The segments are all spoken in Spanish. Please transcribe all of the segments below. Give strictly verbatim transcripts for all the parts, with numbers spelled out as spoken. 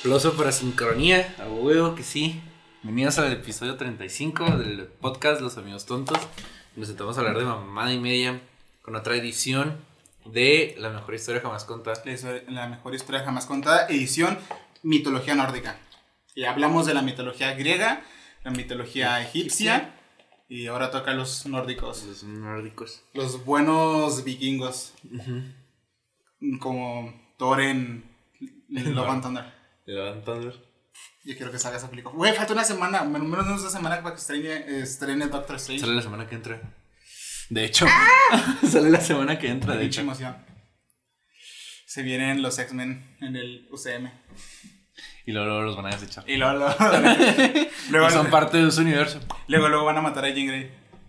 Aplauso para sincronía, a huevo que sí. Bienvenidos al episodio treinta y cinco del podcast Los Amigos Tontos. Nos sentamos a hablar de mamada y media con otra edición de La Mejor Historia Jamás Contada. La Mejor Historia Jamás Contada, edición mitología nórdica. Y hablamos de la mitología griega, la mitología egipcia, y ahora toca los nórdicos. Los nórdicos. Los buenos vikingos. Uh-huh. Como Thor en Love and Thunder. Love and Thunder. Yo quiero que salga esa película. Güey, falta una semana, menos de una semana para que estrene, estrene Doctor Strange. Sale la semana que entra. De hecho, ¡ah! Sale la semana que entra, de hecho. Emoción. Se vienen los X-Men en el U C M. Y luego, luego los van a desechar. Y luego, luego, luego y son parte de su universo. Luego, luego van a matar a Jean Grey.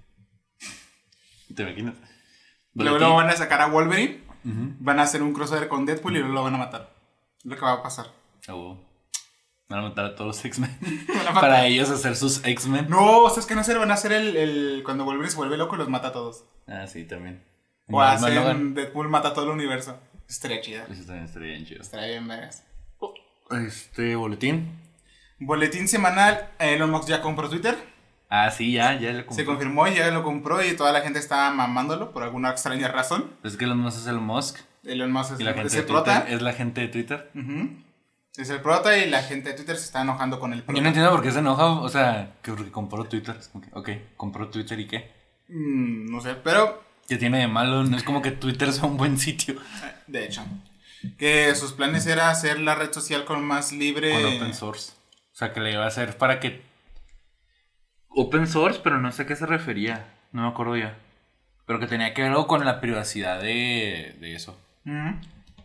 ¿Te imaginas? Luego, luego van a sacar a Wolverine. Uh-huh. Van a hacer un crossover con Deadpool y luego lo van a matar. Es lo que va a pasar. Oh. Van a matar a todos los X-Men. Para ellos hacer sus X-Men. No, ¿sabes qué no hacer? Van a hacer el, el... Cuando Wolverine se vuelve loco y los mata a todos. Ah, sí, también. O hacen Deadpool mata a todo el universo. Estaría chida. Eso también estaría bien chido. Estaría bien, vergas. Este, boletín. Boletín semanal. Elon Musk ya compró Twitter. Ah, sí, ya, ya lo compró. Se confirmó, ya lo compró y toda la gente estaba mamándolo por alguna extraña razón. Es que Elon Musk es Elon Musk. Elon Musk es, y la gente es el de prota. Twitter, es la gente de Twitter. Uh-huh. Es el prota y la gente de Twitter se está enojando con el prota. Yo no entiendo por qué se enoja, o sea, que porque compró Twitter. Es como que, ok, compró Twitter y qué. Mm, no sé, pero... ¿Qué tiene de malo? No es como que Twitter sea un buen sitio. De hecho. Que sus planes era hacer la red social con más libre... Con open source. O sea, que le iba a hacer para que... Open source, pero no sé a qué se refería. No me acuerdo ya. Pero que tenía que ver algo con la privacidad de, de eso. Mm.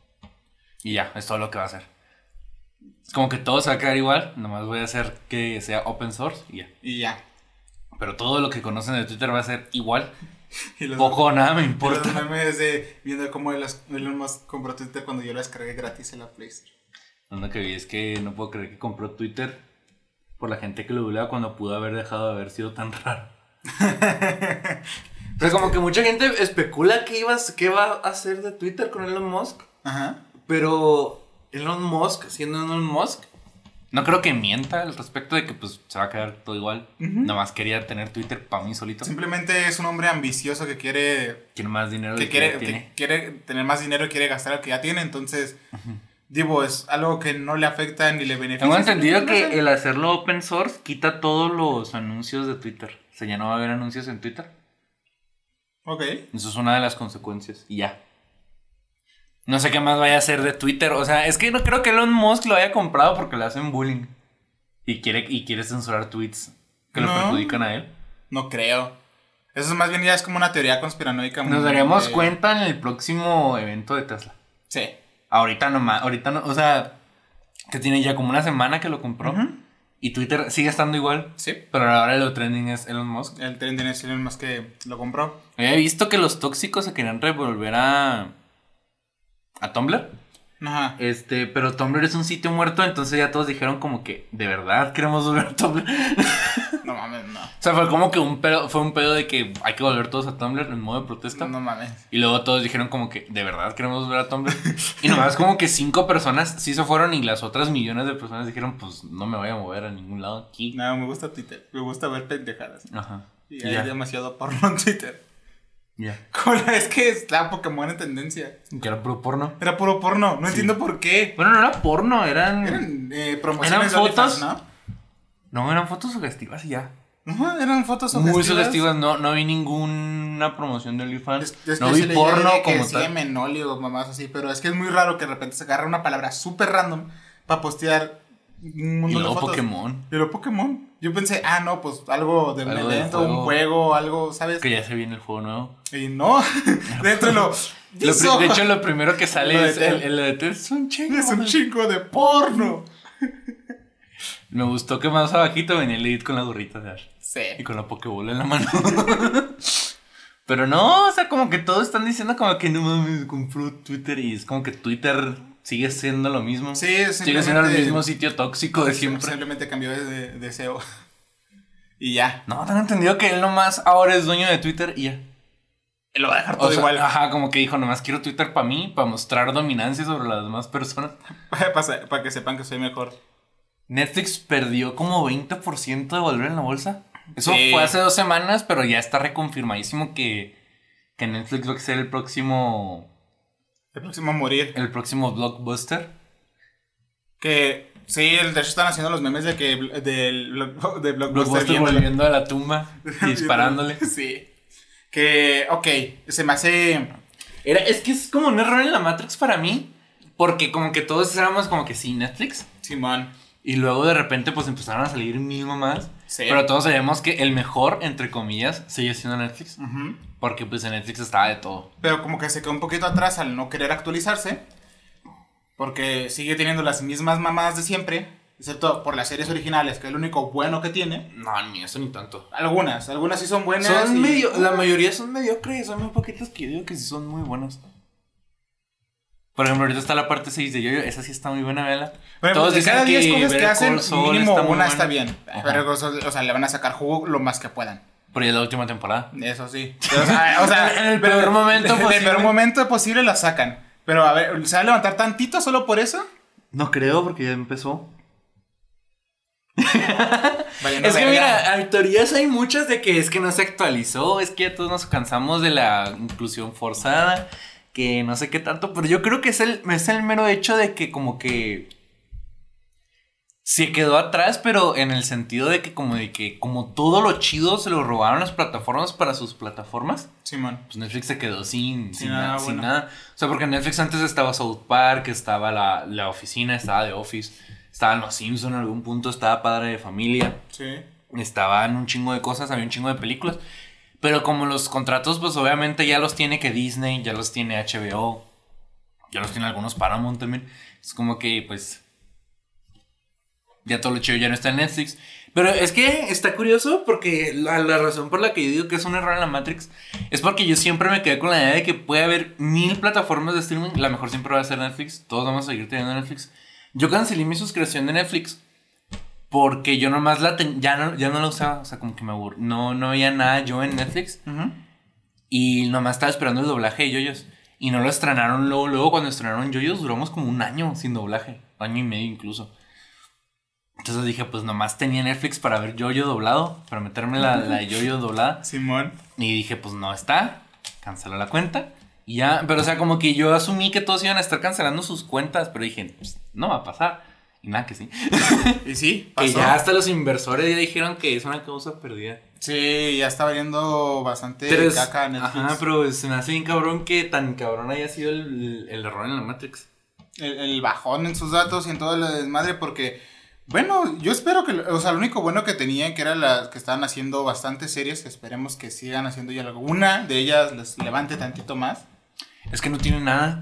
Y ya, es todo lo que va a hacer. Es como que todo se va a quedar igual. Nomás voy a hacer que sea open source y ya. Y ya. Pero todo lo que conocen de Twitter va a ser igual. Y los, Poco o nada me importa. Los memes de viendo cómo Elon Musk compró Twitter cuando yo lo descargué gratis en la Play Store. Lo que vi es que no puedo creer que compró Twitter por la gente que lo bulea cuando pudo haber dejado de haber sido tan raro. Pero como que mucha gente especula que, ibas, que va a hacer de Twitter con Elon Musk. Ajá. Pero Elon Musk, siendo Elon Musk, no creo que mienta al respecto de que pues se va a quedar todo igual. Uh-huh. Nada más quería tener Twitter para mí solito. Simplemente es un hombre ambicioso que quiere... Quiere más dinero que del quiere, que ya tiene. Que quiere tener más dinero y quiere gastar lo que ya tiene. Entonces, uh-huh. digo, es algo que no le afecta ni le beneficia. Tengo entendido que el hacerlo open source quita todos los anuncios de Twitter. O sea, ya no va a haber anuncios en Twitter. Ok. Eso es una de las consecuencias. Y ya. No sé qué más vaya a hacer de Twitter. O sea, es que no creo que Elon Musk lo haya comprado porque le hacen bullying. Y quiere, y quiere censurar tweets que no. lo perjudican a él. No creo. Eso es más bien ya es como una teoría conspiranoica. Nos daríamos de... cuenta en el próximo evento de Tesla. Sí. Ahorita nomás, ahorita no, o sea, que tiene ya como una semana que lo compró. Uh-huh. Y Twitter sigue estando igual. Sí. Pero ahora el trending es Elon Musk. El trending es Elon Musk que lo compró. Había visto que los tóxicos se querían revolver a... a Tumblr. Ajá. Este, pero Tumblr es un sitio muerto, entonces ya todos dijeron como que, ¿de verdad queremos volver a Tumblr? No mames, no. O sea, fue como que un pedo, fue un pedo de que hay que volver todos a Tumblr en modo de protesta. No mames. Y luego todos dijeron como que, ¿de verdad queremos volver a Tumblr? Y nomás como que cinco personas sí se fueron y las otras millones de personas dijeron, pues no me voy a mover a ningún lado aquí. No, me gusta Twitter, me gusta ver pendejadas. Ajá. Y, y hay ya. demasiado porno en Twitter. Ya. Yeah. Es que es la Pokémon en tendencia. Que era puro porno. Era puro porno, no sí. entiendo por qué. Bueno, no era porno, eran... Eran eh, promociones ¿Eran fotos? ¿no? No, eran fotos sugestivas y ya. Ajá, eran fotos sugestivas. Muy sugestivas, no, no vi ninguna promoción de OnlyFans. Es, es no vi porno que como sí, tal. Menoli o mamás así, pero es que es muy raro que de repente se agarre una palabra súper random para postear un mundo y luego de fotos. Pokémon. Y luego Pokémon. Yo pensé, ah, no, pues algo de algo evento, de un juego, algo, ¿sabes? Que ya se viene el juego nuevo. Y no, dentro lo... lo de hecho, lo primero que sale lo es el, el de Ted. Es un chingo. Es un chingo de porno. Me gustó que más abajito venía el edit con la gorrita de Ash. Sí. Y con la Pokébola en la mano. Pero no, o sea, como que todos están diciendo como que no mames, compró Twitter. Y es como que Twitter sigue siendo lo mismo. Sí, sigue siendo el mismo sitio tóxico de siempre. Simplemente cambió de, de S E O. Y ya. No, tengo entendido que él nomás ahora es dueño de Twitter y ya. lo va a dejar todo o sea, igual. Ajá, como que dijo, nomás quiero Twitter para mí, para mostrar dominancia sobre las demás personas. para, para que sepan que soy mejor. Netflix perdió como veinte por ciento de valor en la bolsa. Eso Sí. fue hace dos semanas, pero ya está reconfirmadísimo que, que Netflix va a ser el próximo... El próximo a morir. El próximo blockbuster. Que sí, de hecho están haciendo los memes de que del blo- de Blockbuster Blockbuster viéndolo. volviendo a la tumba y disparándole. Sí. Que, ok, se me hace... Era, es que es como un error en la Matrix para mí. Porque como que todos éramos como que sí, Netflix. Simón. Y luego de repente pues empezaron a salir mil mamás. Sí. Pero todos sabíamos que el mejor, entre comillas, sigue siendo Netflix. Ujú. Porque pues en Netflix estaba de todo. Pero como que se quedó un poquito atrás al no querer actualizarse. Porque sigue teniendo las mismas mamadas de siempre. Excepto por las series originales, que es lo único bueno que tiene. No, ni eso ni tanto. Algunas, algunas sí son buenas. Son y- medio, la mayoría son mediocres, son muy poquitas que yo digo que sí son muy buenas. Por ejemplo, ahorita está la parte seis de Yo-Yo, esa sí está muy buena, vela. Pero Todos de dicen cada diez que cosas que Better hacen, Call Saul mínimo está muy una buena. está bien. Ajá. Pero, o sea, le van a sacar jugo lo más que puedan. Pero ya es la última temporada. Eso sí. O sea, o sea, En el pero- peor momento en el posible. peor momento posible la sacan. Pero a ver, ¿se va a levantar tantito solo por eso? No creo, porque ya empezó. Valiendo Es que verga. mira, hay teorías hay muchas de que es que no se actualizó, es que ya todos nos cansamos de la inclusión forzada, que no sé qué tanto, pero yo creo que es el, es el mero hecho de que como que se quedó atrás, pero en el sentido de que como de que como todo lo chido se lo robaron las plataformas para sus plataformas, Simón. pues Netflix se quedó sin, Sin sin, nada nada, sin bueno. nada. O sea, porque en Netflix antes estaba South Park, estaba la, la oficina, estaba The Office, estaban Los Simpsons en algún punto, estaba Padre de Familia. Sí. Estaban un chingo de cosas, había un chingo de películas. Pero como los contratos, pues obviamente ya los tiene que Disney, ya los tiene H B O, ya los tiene algunos Paramount también. Es como que, pues, ya todo lo chido ya no está en Netflix. Pero es que está curioso porque la, la razón por la que yo digo que es un error en la Matrix es porque yo siempre me quedé con la idea de que puede haber mil plataformas de streaming. La mejor siempre va a ser Netflix. Todos vamos a seguir teniendo Netflix. Yo cancelé mi suscripción de Netflix porque yo nomás la ten, ya, no, ya no la usaba. O sea, como que me aburrí. No, no había nada yo en Netflix. Ujú. Y nomás estaba esperando el doblaje de Yoyos. Y no lo estrenaron luego. Luego cuando estrenaron Yoyos duramos como un año sin doblaje. Año y medio incluso. Entonces dije, pues nomás tenía Netflix para ver Yoyo doblado. Para meterme la, la de Yoyo doblada. Simón. Y dije, pues no está. Cancela la cuenta. Y ya, pero o sea, como que yo asumí que todos iban a estar cancelando sus cuentas. Pero dije, pues no va a pasar. Y nada, que sí. Y sí, Que pasó. ya hasta los inversores ya dijeron que es una causa perdida. Sí, ya está valiendo bastante Pero es- caca Netflix. Ajá, pero se me hace bien cabrón que tan cabrón haya sido el, el error en la Matrix. el, el bajón en sus datos y en todo el desmadre porque, bueno, yo espero que, o sea, lo único bueno que tenían que era las que estaban haciendo bastantes series, que esperemos que sigan haciendo ya alguna de ellas les levante tantito más. Es que no tiene nada.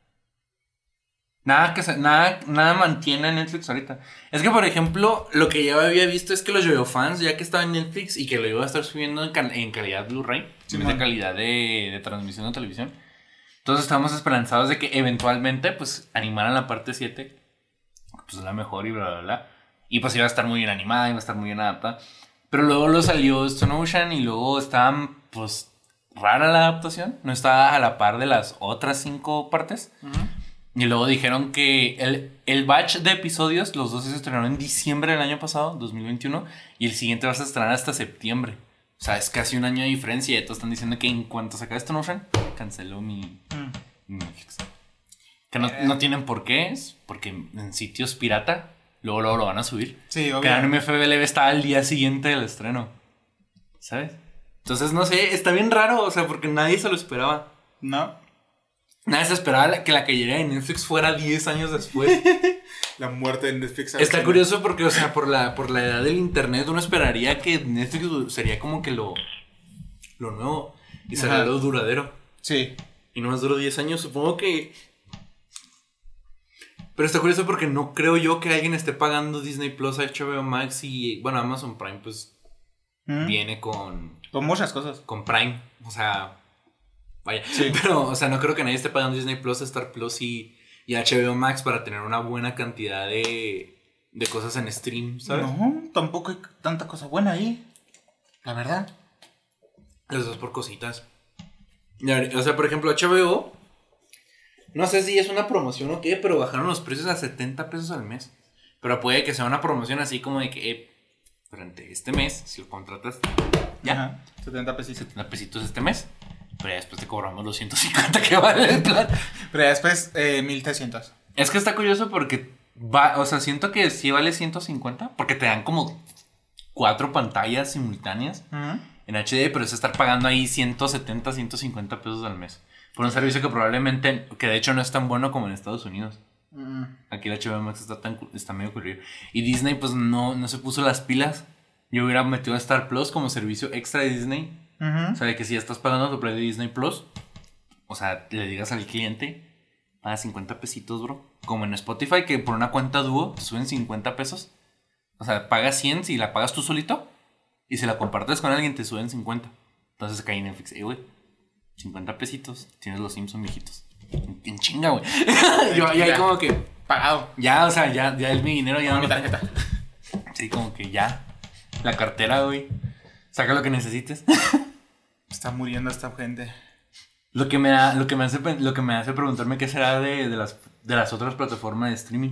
Nada que se, nada, nada mantiene a Netflix ahorita. Es que, por ejemplo, lo que ya había visto es que los Yoyo fans, ya que estaba en Netflix y que lo iba a estar subiendo en, cal- en calidad Blu-ray, Sí, en vez de man. calidad de, de transmisión de televisión. Entonces estábamos esperanzados de que eventualmente, pues, animaran la parte siete, pues la mejor y bla, bla, bla. Y pues iba a estar muy bien animada, iba a estar muy bien adaptada. Pero luego lo salió Stone Ocean y luego estaba, pues, rara la adaptación. No estaba a la par de las otras cinco partes. Y luego dijeron que el, el batch de episodios, los dos se estrenaron en diciembre del año pasado, dos mil veintiuno, y el siguiente va a estrenar hasta septiembre. O sea, es casi un año de diferencia. Y todos están diciendo que en cuanto se acabe Stone Ocean, canceló mi, mi Netflix. Que no, no tienen por qué, es porque en sitios pirata, luego, luego lo van a subir. Sí, Que obvio. la M F B L está al día siguiente del estreno. ¿Sabes? Entonces, no sé, está bien raro, o sea, porque nadie se lo esperaba. ¿No? Nadie se esperaba que la cayería de Netflix fuera diez años después. La muerte de Netflix. Está curioso porque, o sea, por la, por la edad del internet, uno esperaría que Netflix sería como que lo, lo nuevo y sería Ajá. lo duradero. Sí. Y nomás duró diez años, supongo que... Pero está curioso porque no creo yo que alguien esté pagando Disney Plus, H B O Max y... Bueno, Amazon Prime, pues, Mm. viene con... Con muchas cosas. con Prime, o sea, vaya, Sí. pero, o sea, no creo que nadie esté pagando Disney Plus, Star Plus y, y H B O Max para tener una buena cantidad de, de cosas en stream, ¿sabes? No, tampoco hay tanta cosa buena ahí. La verdad. Las dos por cositas. O sea, por ejemplo, H B O, no sé si es una promoción o qué, pero bajaron los precios a setenta pesos al mes. Pero puede que sea una promoción así como de que eh, durante este mes, si lo contratas, ya. Ajá, setenta pesitos. setenta pesitos este mes. Pero ya después te cobramos los ciento cincuenta que vale el plan. Pero ya después eh, mil trescientos. Es que está curioso porque va, o sea, siento que sí vale ciento cincuenta porque te dan como cuatro pantallas simultáneas uh-huh. en H D, pero es estar pagando ahí ciento setenta, ciento cincuenta pesos al mes. Por un servicio que probablemente, que de hecho no es tan bueno como en Estados Unidos. Uh-huh. Aquí el H B O Max está, tan, está medio ocurrido. Y Disney pues no, no se puso las pilas. Yo hubiera metido a Star Plus como servicio extra de Disney. Uh-huh. O sea, de que si ya estás pagando tu plan de Disney Plus, o sea, le digas al cliente, paga cincuenta pesitos, bro. Como en Spotify, que por una cuenta dúo te suben cincuenta pesos. O sea, pagas cien si la pagas tú solito. Y si la compartes con alguien te suben cincuenta. Entonces cae en Netflix, eh, güey, cincuenta pesitos, tienes los Simpsons viejitos. En, en chinga, güey. Yo ya hay como que pagado. Ya, o sea, ya, ya es mi dinero, ya no, no mi lo tarjeta. Sí, como que ya. La cartera, güey. Saca lo que necesites. Está muriendo esta gente. Lo que me da, lo que me hace, lo que me hace preguntarme qué será de, de las de las otras plataformas de streaming.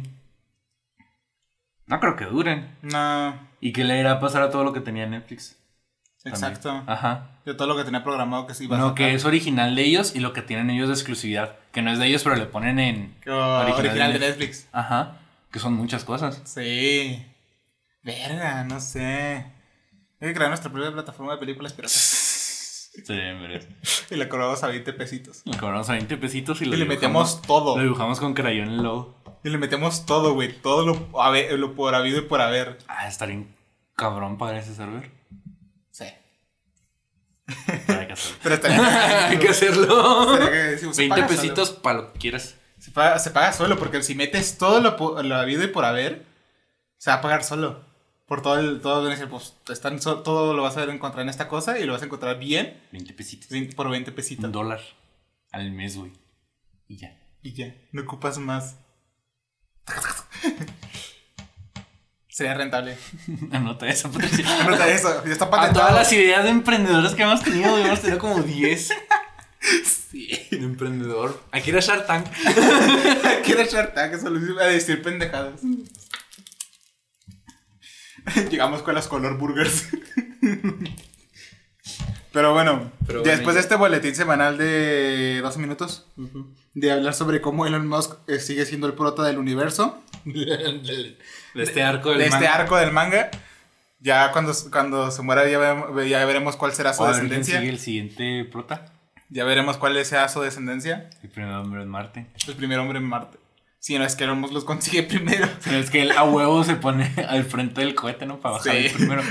No creo que duren. No. ¿Y qué le irá a pasar a todo lo que tenía Netflix? Exacto. También. Ajá. De todo lo que tenía programado que sí iba a No, sacar. que es original de ellos y lo que tienen ellos de exclusividad. Que no es de ellos, pero le ponen en oh, original, original de Netflix. Ajá. Que son muchas cosas. Sí. Verga, no sé. Hay que crear nuestra propia plataforma de películas, pero... Sí, merece. Y le cobramos a veinte pesitos. Le cobramos a veinte pesitos y, y le metemos todo. Lo dibujamos con crayón en el logo. Y le metemos todo, güey. Todo lo, a ver, lo por habido y por haber. Ah, estaría bien cabrón para ese server. Sí. Pero hay que hacerlo. Pero estaría hay que hacerlo. Que decimos, veinte pesitos para lo que quieras. Se paga, se paga solo, porque si metes todo lo, lo habido y por haber, se va a pagar solo. Por todo el, todo, pues, están, todo lo vas a encontrar en esta cosa y lo vas a encontrar bien. veinte pesitos. Por veinte pesitos. Un dólar al mes, güey. Y ya. Y ya. No ocupas más. Sería rentable. Anota eso, Patricia. Anota eso. Ya está patentado. A todas las ideas de emprendedores que hemos tenido, hemos tenido como diez. Sí. De emprendedor. Aquí era Shark Tank. Aquí era Shark Tank. Eso lo iba a decir pendejadas. Llegamos con las color burgers. Pero bueno, Pero bueno después ya. de este boletín semanal de dos minutos, uh-huh. de hablar sobre cómo Elon Musk eh, sigue siendo el prota del universo. de, de este arco del de manga. De este arco del manga. Ya cuando, cuando se muera ya veremos, ya veremos cuál será su o descendencia. ¿Sigue el siguiente prota? Ya veremos cuál sea su descendencia. El primer hombre en Marte. El primer hombre en Marte. Si no es que Elon Musk los consigue primero. Si no es que él a huevo se pone al frente del cohete, ¿no? Para bajar sí. el primero.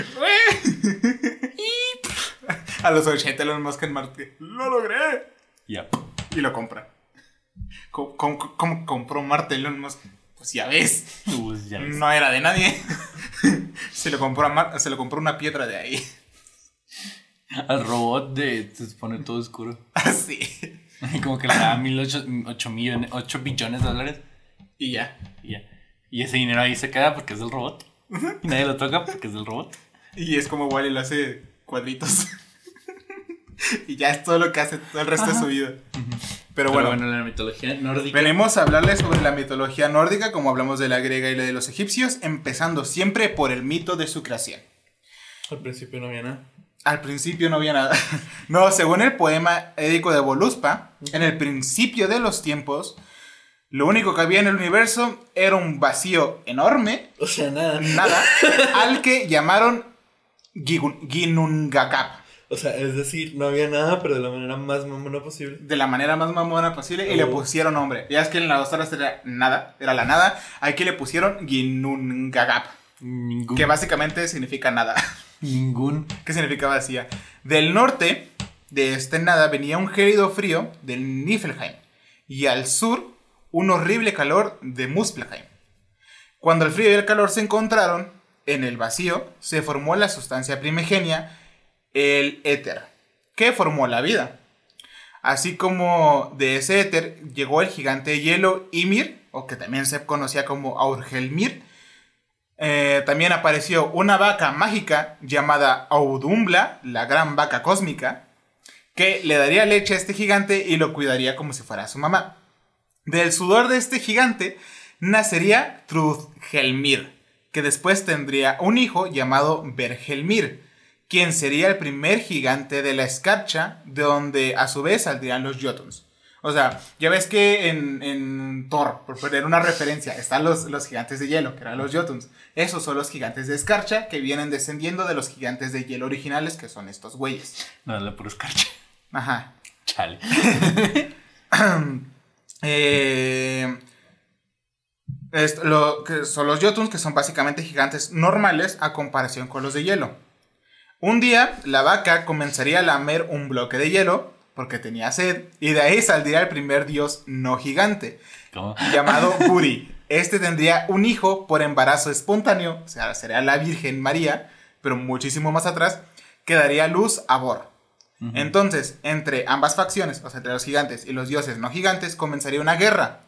A los ochenta Elon Musk en Marte. ¡Lo logré! Ya. Yeah. Y lo compra. ¿Cómo, cómo, cómo compró Marte Elon Musk? Pues ya ves. Pues ya ves. No era de nadie. se, lo compró a Mar- se lo compró una piedra de ahí. Al robot de... Se pone todo oscuro. Ah, sí. Como que le da mil ocho, ocho millones, ocho billones de dólares. Y ya. Y ya. Y ese dinero ahí se queda porque es del robot. Uh-huh. Y nadie lo toca porque es del robot. Y es como Wally lo hace cuadritos. Y ya es todo lo que hace todo el resto Ajá. de su vida. Uh-huh. Pero, Pero bueno, bueno, la mitología nórdica. Venimos a hablarles sobre la mitología nórdica, como hablamos de la griega y la de los egipcios, empezando siempre por el mito de su creación. Al principio no había nada. Al principio no había nada. No, según el poema édico de Voluspa, uh-huh. en el principio de los tiempos, lo único que había en el universo era un vacío enorme. O sea, nada. Nada. Al que llamaron Gigun- Ginnungagap. O sea, es decir, no había nada, pero de la manera más mamona posible. De la manera más mamona posible. Oh. Y le pusieron nombre. Ya es que en las dos horas era nada. Era la nada. Aquí le pusieron Ginnungagap. Ningún. Que básicamente significa nada. Ningún. ¿Qué significa vacía? Del norte de este nada venía un gélido frío del Niflheim. Y al sur, un horrible calor de Muspelheim. Cuando el frío y el calor se encontraron, en el vacío se formó la sustancia primigenia, el éter, que formó la vida. Así como de ese éter llegó el gigante de hielo Ymir, o que también se conocía como Aurgelmir. Eh, también apareció una vaca mágica llamada Audumbla, la gran vaca cósmica, que le daría leche a este gigante y lo cuidaría como si fuera su mamá. Del sudor de este gigante nacería Trudgelmir, que después tendría un hijo llamado Bergelmir, quien sería el primer gigante de la escarcha, de donde a su vez saldrían los Jotuns. O sea, ya ves que en, en Thor, por poner una referencia, están los, los gigantes de hielo, que eran los Jotuns. Esos son los gigantes de escarcha, que vienen descendiendo de los gigantes de hielo originales, que son estos güeyes. No, la pura escarcha. Ajá. Chale. eh... Esto, lo que son los Jotuns, que son básicamente gigantes normales a comparación con los de hielo. Un día, la vaca comenzaría a lamer un bloque de hielo, porque tenía sed, y de ahí saldría el primer dios no gigante, ¿Cómo? llamado Buri. Este tendría un hijo por embarazo espontáneo, o sea, sería la Virgen María, pero muchísimo más atrás, que daría luz a Bor. Uh-huh. Entonces, entre ambas facciones, o sea, entre los gigantes y los dioses no gigantes, comenzaría una guerra.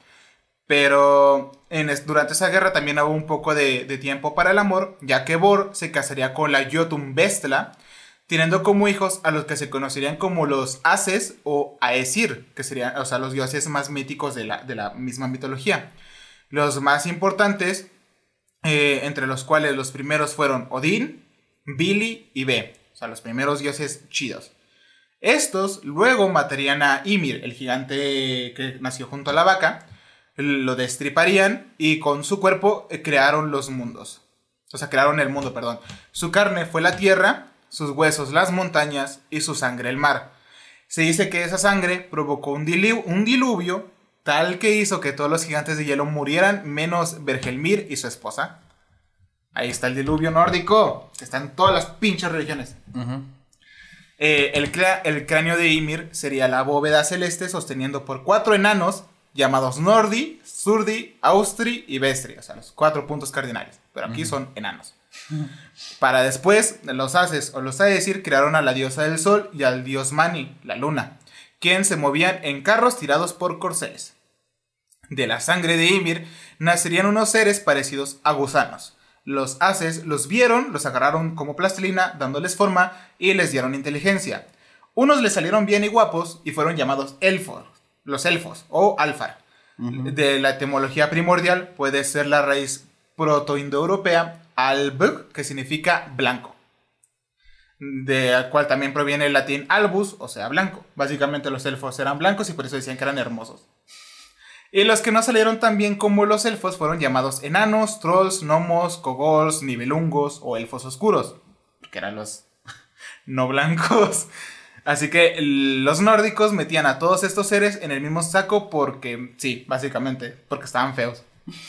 Pero en es, durante esa guerra también hubo un poco de, de tiempo para el amor, ya que Bor se casaría con la Jotun Bestla, teniendo como hijos a los que se conocerían como los Ases o Aesir, que serían, o sea, los dioses más míticos de la, de la misma mitología. Los más importantes, eh, entre los cuales los primeros fueron Odín, Vili y Ve, o sea, los primeros dioses chidos. Estos luego matarían a Ymir, el gigante que nació junto a la vaca, lo destriparían y con su cuerpo crearon los mundos. O sea, crearon el mundo, perdón. Su carne fue la tierra, sus huesos las montañas y su sangre el mar. Se dice que esa sangre provocó un, dilu- un diluvio tal que hizo que todos los gigantes de hielo murieran, menos Bergelmir y su esposa. Ahí está el diluvio nórdico, que está en todas las pinches religiones. Uh-huh. eh, el, cra- el cráneo de Ymir sería la bóveda celeste sosteniendo por cuatro enanos llamados Nordi, Surdi, Austri y Vestri, o sea, los cuatro puntos cardinales, pero aquí uh-huh. son enanos. Uh-huh. Para después, los Ases o los Aesir crearon a la diosa del sol y al dios Mani, la luna, quien se movían en carros tirados por corceles. De la sangre de Ymir nacerían unos seres parecidos a gusanos. Los Ases los vieron, los agarraron como plastilina, dándoles forma y les dieron inteligencia. Unos les salieron bien y guapos y fueron llamados elfos. Los elfos o alfar. Uh-huh. De la etimología primordial puede ser la raíz proto-indoeuropea albug, que significa blanco, de la cual también proviene el latín albus, o sea, blanco. Básicamente los elfos eran blancos y por eso decían que eran hermosos. Y los que no salieron tan bien como los elfos fueron llamados enanos, trolls, gnomos, kobolds, nibelungos o elfos oscuros, que eran los no blancos. Así que los nórdicos metían a todos estos seres en el mismo saco porque, sí, básicamente, porque estaban feos.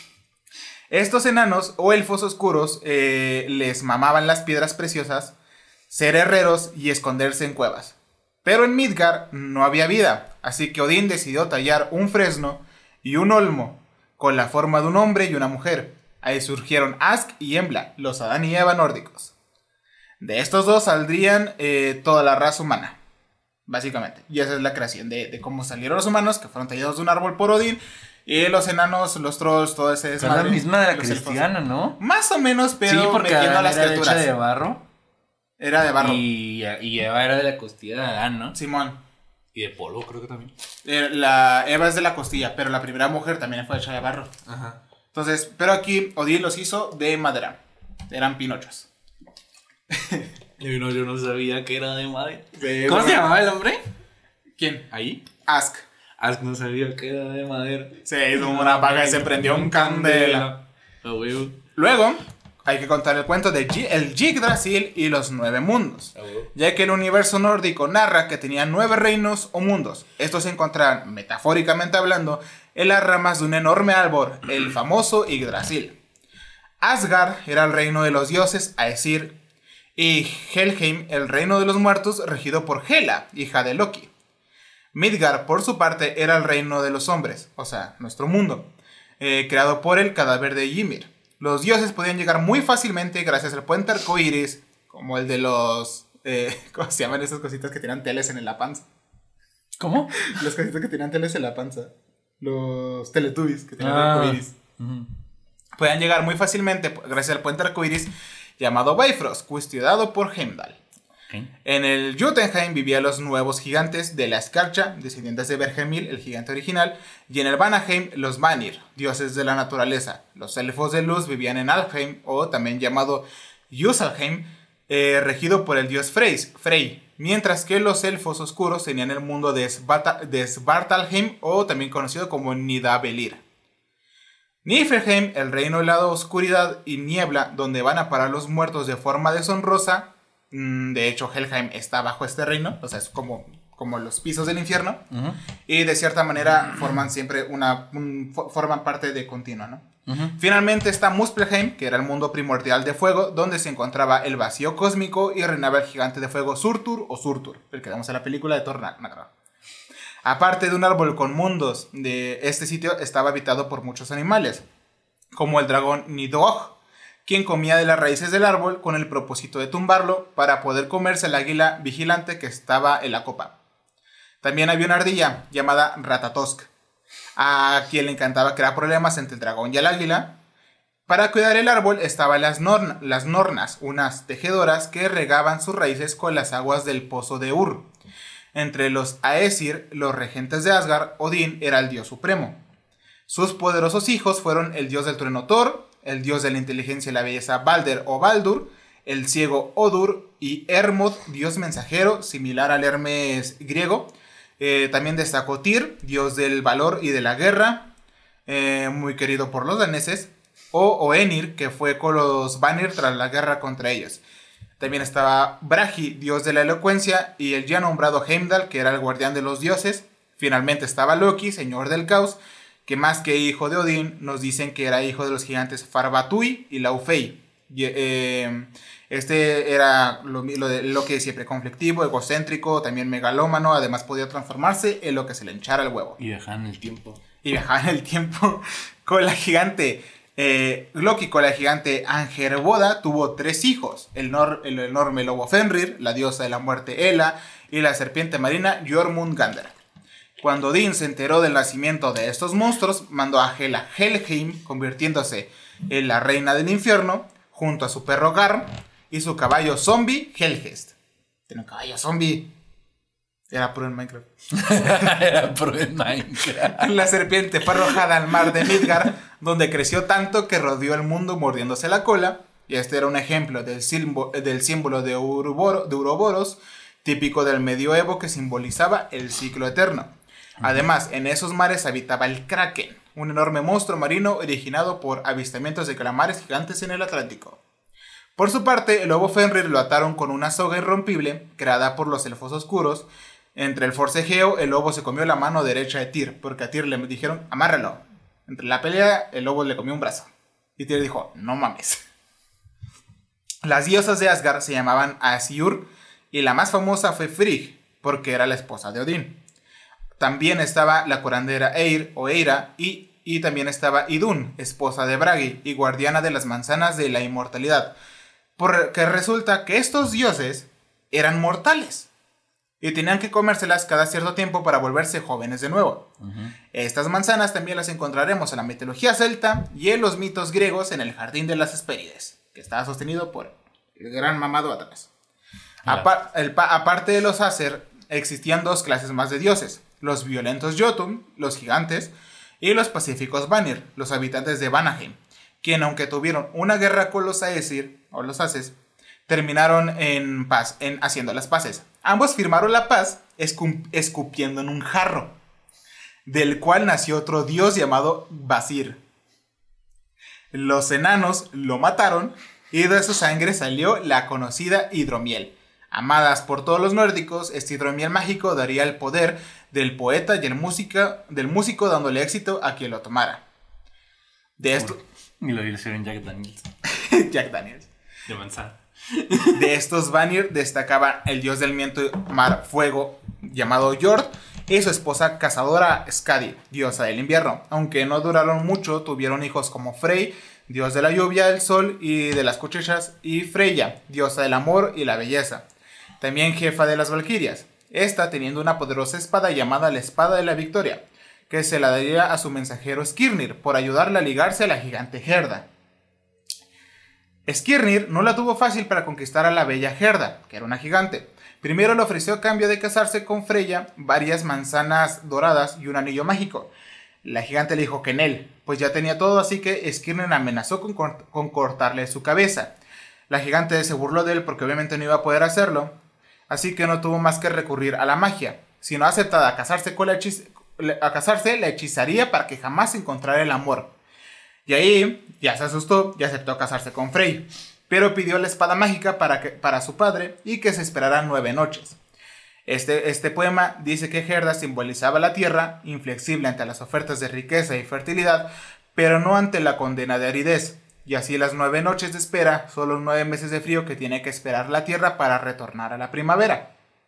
Estos enanos o elfos oscuros eh, les mamaban las piedras preciosas, ser herreros y esconderse en cuevas. Pero en Midgard no había vida, así que Odín decidió tallar un fresno y un olmo con la forma de un hombre y una mujer. Ahí surgieron Ask y Embla, los Adán y Eva nórdicos. De estos dos saldrían eh, toda la raza humana. Básicamente. Y esa es la creación de, de cómo salieron los humanos, que fueron tallados de un árbol por Odín. Y los enanos, los trolls, todo ese desmadre. Es la misma de la cristiana, elfos, ¿no? Más o menos, pero sí, porque metiendo Adán las era criaturas. Hecha de barro. Era de barro. Y, y Eva era de la costilla de Adán, ¿no? Simón. Y de polvo, creo que también. Eh, la Eva es de la costilla, pero la primera mujer también fue hecha de barro. Ajá. Entonces, pero aquí Odín los hizo de madera. Eran pinochos. Y no, yo no sabía que era de madera. De ¿Cómo madera. se llamaba el hombre? ¿Quién? ¿Ahí? Ask. Ask no sabía que era de madera. Se hizo una paga y se prendió un candela. Oh, huevo. Luego, hay que contar el cuento de G- el Yggdrasil y los nueve mundos. Oh, huevo. Ya que el universo nórdico narra que tenía nueve reinos o mundos. Estos se encontraban, metafóricamente hablando, en las ramas de un enorme árbol, el famoso Yggdrasil. Asgard era el reino de los dioses, Aesir, y Helheim, el reino de los muertos, regido por Hela, hija de Loki. Midgard, por su parte, era el reino de los hombres, o sea, nuestro mundo, eh, creado por el cadáver de Ymir. Los dioses podían llegar muy fácilmente gracias al puente arcoíris, como el de los... Eh, ¿Cómo se llaman esas cositas que tienen teles en la panza? ¿Cómo? Las cositas que tienen teles en la panza. Los Teletubbies que tienen Ah. arcoíris. Uh-huh. Podían llegar muy fácilmente gracias al puente arcoíris llamado Bifrost, custodiado por Heimdall. ¿Eh? En el Jotunheim vivían los nuevos gigantes de la Escarcha, descendientes de Bergelmir, el gigante original, y en el Vanaheim los Vanir, dioses de la naturaleza. Los elfos de luz vivían en Alfheim, o también llamado Yusalheim, eh, regido por el dios Frey, Frey, mientras que los elfos oscuros tenían el mundo de, Svata, de Svartalheim, o también conocido como Nidavellir. Niflheim, el reino de la oscuridad y niebla, donde van a parar los muertos de forma deshonrosa. De hecho, Helheim está bajo este reino, o sea, es como, como los pisos del infierno. Uh-huh. Y de cierta manera forman siempre una, un, forman parte de continua, ¿no? Uh-huh. Finalmente está Muspelheim, que era el mundo primordial de fuego, donde se encontraba el vacío cósmico y reinaba el gigante de fuego Surtur o Surtur, el que vemos en la película de Thor Ragnarok. Aparte de un árbol con mundos, de este sitio estaba habitado por muchos animales, como el dragón Nidhogg, quien comía de las raíces del árbol con el propósito de tumbarlo para poder comerse el águila vigilante que estaba en la copa. También había una ardilla llamada Ratatosk, a quien le encantaba crear problemas entre el dragón y el águila. Para cuidar el árbol estaban las, norn- las Nornas, unas tejedoras que regaban sus raíces con las aguas del pozo de Ur. Entre los Aesir, los regentes de Asgard, Odín era el dios supremo. Sus poderosos hijos fueron el dios del trueno Thor, el dios de la inteligencia y la belleza Balder o Baldur, el ciego Odur y Hermod, dios mensajero, similar al Hermes griego. Eh, también destacó Tyr, dios del valor y de la guerra, eh, muy querido por los daneses, o Oenir, que fue con los Vanir tras la guerra contra ellos. También estaba Bragi, dios de la elocuencia, y el ya nombrado Heimdall, que era el guardián de los dioses. Finalmente estaba Loki, señor del caos, que más que hijo de Odín, nos dicen que era hijo de los gigantes Farbatui y Laufey. Y, eh, este era lo, lo, de, lo que siempre conflictivo, egocéntrico, también megalómano, además podía transformarse en lo que se le hinchara el huevo. Y viajaba en el tiempo. Y viajaba en el tiempo con la gigante. Eh, Loki con la gigante Angerboda tuvo tres hijos, el, nor, el enorme lobo Fenrir, la diosa de la muerte Hela y la serpiente marina Jormungandr. Cuando Odín se enteró del nacimiento de estos monstruos, mandó a Hela Helheim, convirtiéndose en la reina del infierno, junto a su perro Garm y su caballo zombie Helgest. Tiene un caballo zombie. Era pro en Minecraft. Era pro en Minecraft. La serpiente fue arrojada al mar de Midgard, donde creció tanto que rodeó el mundo mordiéndose la cola. Y este era un ejemplo del, símbolo, del símbolo de, Uruboro, de Uroboros, típico del medioevo que simbolizaba el ciclo eterno. Además, en esos mares habitaba el Kraken, un enorme monstruo marino originado por avistamientos de calamares gigantes en el Atlántico. Por su parte, el lobo Fenrir lo ataron con una soga irrompible, creada por los elfos oscuros. Entre el forcejeo, el lobo se comió la mano derecha de Tyr, porque a Tyr le dijeron, amárralo. Entre la pelea, el lobo le comió un brazo. Y Tyr dijo, no mames. Las diosas de Asgard se llamaban Asiur, y la más famosa fue Frigg, porque era la esposa de Odín. También estaba la curandera Eir o Eira, y, y también estaba Idun, esposa de Bragi, y guardiana de las manzanas de la inmortalidad. Porque resulta que estos dioses eran mortales. Y tenían que comérselas cada cierto tiempo para volverse jóvenes de nuevo. Uh-huh. Estas manzanas también las encontraremos en la mitología celta y en los mitos griegos en el jardín de las Hespérides, que estaba sostenido por el gran mamado atrás. Apar- el pa- aparte de los Aser, existían dos clases más de dioses: los violentos Jotun, los gigantes, y los pacíficos Vanir, los habitantes de Vanaheim, quien aunque tuvieron una guerra con los Aesir, o los Ases, terminaron en paz, en haciendo las paces. Ambos firmaron la paz escu- escupiendo en un jarro, del cual nació otro dios llamado Basir. Los enanos lo mataron y de su sangre salió la conocida hidromiel. Amadas por todos los nórdicos, este hidromiel mágico daría el poder del poeta y el música, del músico, dándole éxito a quien lo tomara. De esto... Y lo hicieron Jack Daniels. Jack Daniels. De manzana. De estos Vanir destacaban el dios del viento y mar fuego llamado Jord y su esposa cazadora Skadi, diosa del invierno. Aunque no duraron mucho, tuvieron hijos como Frey, dios de la lluvia, el sol y de las cosechas, y Freya, diosa del amor y la belleza. También jefa de las valquirias, esta teniendo una poderosa espada llamada la espada de la victoria, que se la daría a su mensajero Skirnir por ayudarle a ligarse a la gigante Gerda. Skirnir no la tuvo fácil para conquistar a la bella Gerda, que era una gigante. Primero le ofreció a cambio de casarse con Freya varias manzanas doradas y un anillo mágico. La gigante le dijo que en él, pues ya tenía todo, así que Skirnir amenazó con, cort- con cortarle su cabeza. La gigante se burló de él porque obviamente no iba a poder hacerlo, así que no tuvo más que recurrir a la magia. Si no aceptaba a casarse, con la, hechiz- a casarse, la hechizaría para que jamás encontrara el amor. Y ahí ya se asustó y aceptó casarse con Frey, pero pidió la espada mágica para, que, para su padre y que se esperara nueve noches. Este, este poema dice que Gerda simbolizaba la tierra, inflexible ante las ofertas de riqueza y fertilidad, pero no ante la condena de aridez. Y así las nueve noches de espera son los nueve meses de frío que tiene que esperar la tierra para retornar a la primavera.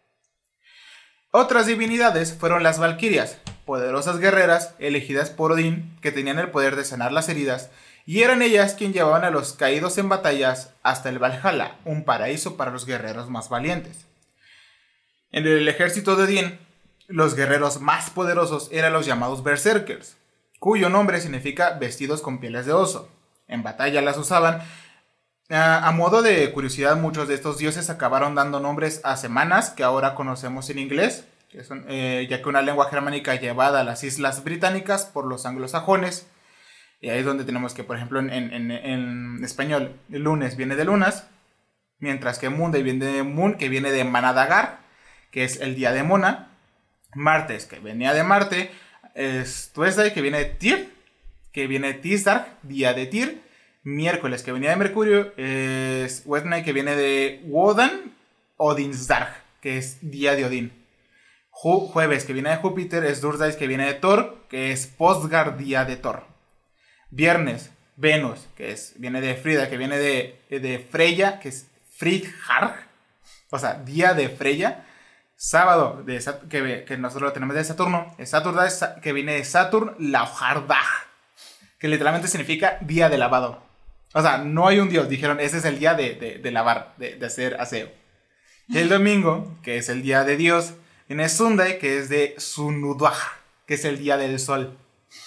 Otras divinidades fueron las valquirias, poderosas guerreras elegidas por Odín que tenían el poder de sanar las heridas, y eran ellas quien llevaban a los caídos en batallas hasta el Valhalla, un paraíso para los guerreros más valientes. En el ejército de Odín, los guerreros más poderosos eran los llamados berserkers, cuyo nombre significa vestidos con pieles de oso. En batalla las usaban. A modo de curiosidad, muchos de estos dioses acabaron dando nombres a semanas que ahora conocemos en inglés, que son, eh, ya que una lengua germánica llevada a las islas británicas por los anglosajones. Y ahí es donde tenemos que, por ejemplo, en, en, en español, el lunes viene de lunas, mientras que Monday viene de Moon, que viene de Manadagar, que es el día de Mona. Martes, que venía de Marte, es Tuesday, que viene de Tyr, que viene de Tisdag, día de Tyr. Miércoles, que venía de Mercurio, es Wednesday, que viene de Wodan, Odinsdag, que es día de Odín. Ju- jueves, que viene de Júpiter, es Thursday, que viene de Thor, que es Postgard, día de Thor. Viernes, Venus, que es, viene de Frida, que viene de, de Freya, que es Fridharg, o sea, día de Freya. Sábado, de, que, que nosotros lo tenemos de Saturno, es Saturday, que viene de Saturn, Lauhardag, que literalmente significa día de lavado. O sea, no hay un dios, dijeron, ese es el día de, de, de lavar, de, de hacer aseo. Y el domingo, que es el día de Dios, viene Sunday, que es de Sunudag, que es el día del sol.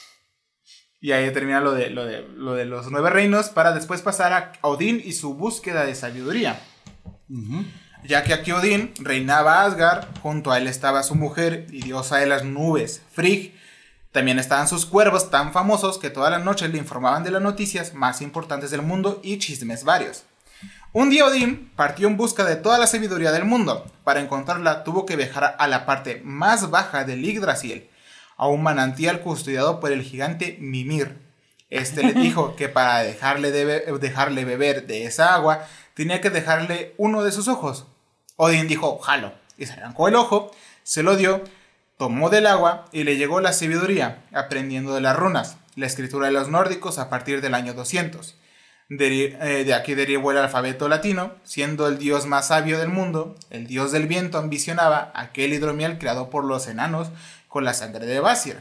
Y ahí termina lo de, lo, de, lo de los nueve reinos, para después pasar a Odín y su búsqueda de sabiduría. Uh-huh. Ya que aquí Odín reinaba Asgard, junto a él estaba su mujer y diosa de las nubes, Frigg. También estaban sus cuervos tan famosos que todas las noches le informaban de las noticias más importantes del mundo y chismes varios. Un día Odín partió en busca de toda la sabiduría del mundo. Para encontrarla tuvo que viajar a la parte más baja del Yggdrasil, a un manantial custodiado por el gigante Mimir. Este le dijo que para dejarle, de be- dejarle beber de esa agua tenía que dejarle uno de sus ojos. Odín dijo, jalo, y se arrancó el ojo, se lo dio, tomó del agua y le llegó la sabiduría, aprendiendo de las runas, la escritura de los nórdicos a partir del año doscientos. De, eh, de aquí derivó el alfabeto latino, siendo el dios más sabio del mundo. El dios del viento ambicionaba aquel hidromiel creado por los enanos con la sangre de Kvasir.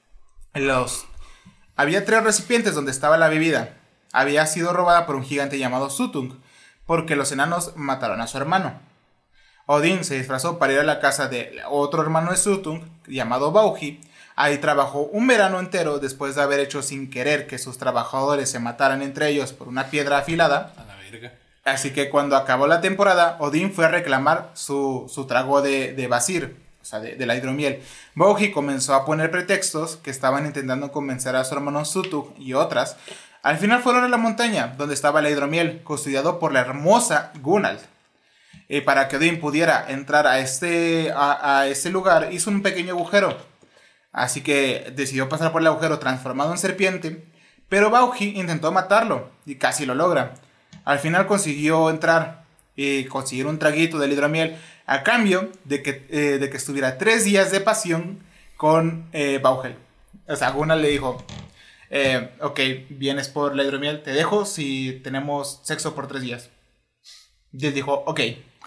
Los... Había tres recipientes donde estaba la bebida. Había sido robada por un gigante llamado Sutung, porque los enanos mataron a su hermano. Odín se disfrazó para ir a la casa de otro hermano de Sutung, llamado Baugi. Ahí trabajó un verano entero después de haber hecho sin querer que sus trabajadores se mataran entre ellos por una piedra afilada. A la verga. Así que cuando acabó la temporada, Odín fue a reclamar su, su trago de, de Kvasir, o sea, de, de la hidromiel. Baugi comenzó a poner pretextos que estaban intentando convencer a su hermano Sutung y otras. Al final fueron a la montaña, donde estaba la hidromiel, custodiado por la hermosa Gunald. Eh, para que Odín pudiera entrar a este, a, a este lugar, hizo un pequeño agujero. Así que decidió pasar por el agujero transformado en serpiente, pero Baugi intentó matarlo y casi lo logra. Al final consiguió entrar y conseguir un traguito del hidromiel a cambio de que, eh, de que estuviera tres días de pasión con eh, Baugel. O sea, Gunnar le dijo, eh, ok, vienes por la hidromiel, te dejo si tenemos sexo por tres días. Y él dijo, ok.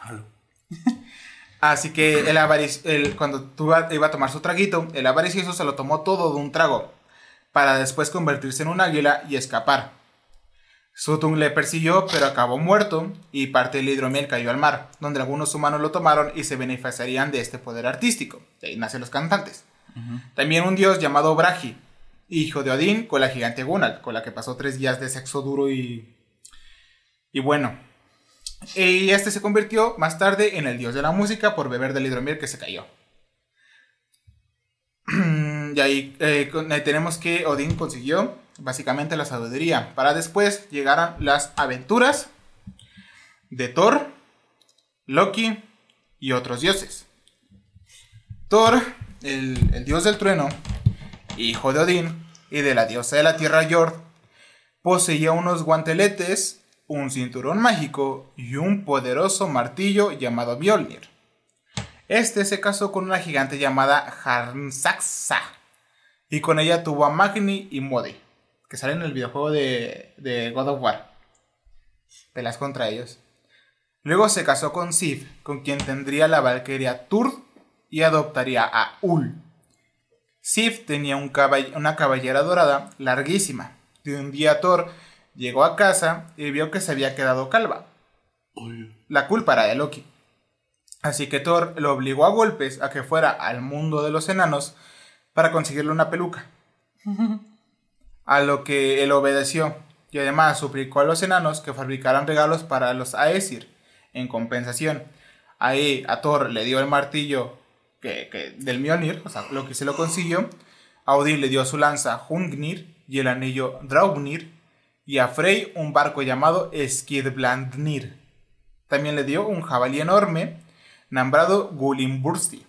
Así que el avaric- el, cuando tú iba a tomar su traguito, el avaricioso se lo tomó todo de un trago, para después convertirse en un águila y escapar. Sutung le persiguió, pero acabó muerto, y parte del hidromiel cayó al mar, donde algunos humanos lo tomaron y se beneficiarían de este poder artístico. De ahí nacen los cantantes. Uh-huh. También un dios llamado Bragi, hijo de Odín, con la gigante Gunnar, con la que pasó tres días de sexo duro y... Y bueno, y este se convirtió más tarde en el dios de la música por beber del hidromiel que se cayó. Y ahí, eh, ahí tenemos que Odín consiguió básicamente la sabiduría. Para después llegaran las aventuras de Thor, Loki y otros dioses. Thor, el, el dios del trueno, hijo de Odín y de la diosa de la tierra Jord, poseía unos guanteletes, un cinturón mágico y un poderoso martillo llamado Mjolnir. Este se casó con una gigante llamada Jarnsaxa y con ella tuvo a Magni y Modi, que salen en el videojuego de, de God of War. Pelas contra ellos. Luego se casó con Sif, con quien tendría la valquiria Turd y adoptaría a Ul. Sif tenía un caball- una cabellera dorada larguísima. Y un día Thor llegó a casa y vio que se había quedado calva. La culpa era de Loki. Así que Thor lo obligó a golpes a que fuera al mundo de los enanos para conseguirle una peluca. A lo que él obedeció y además suplicó a los enanos que fabricaran regalos para los Aesir en compensación. Ahí a Thor le dio el martillo que, que, del Mjolnir, o sea, lo que se lo consiguió. A Odín le dio su lanza Hungnir y el anillo Draupnir, y a Frey un barco llamado Skidblandnir. También le dio un jabalí enorme nombrado Gulimbursti.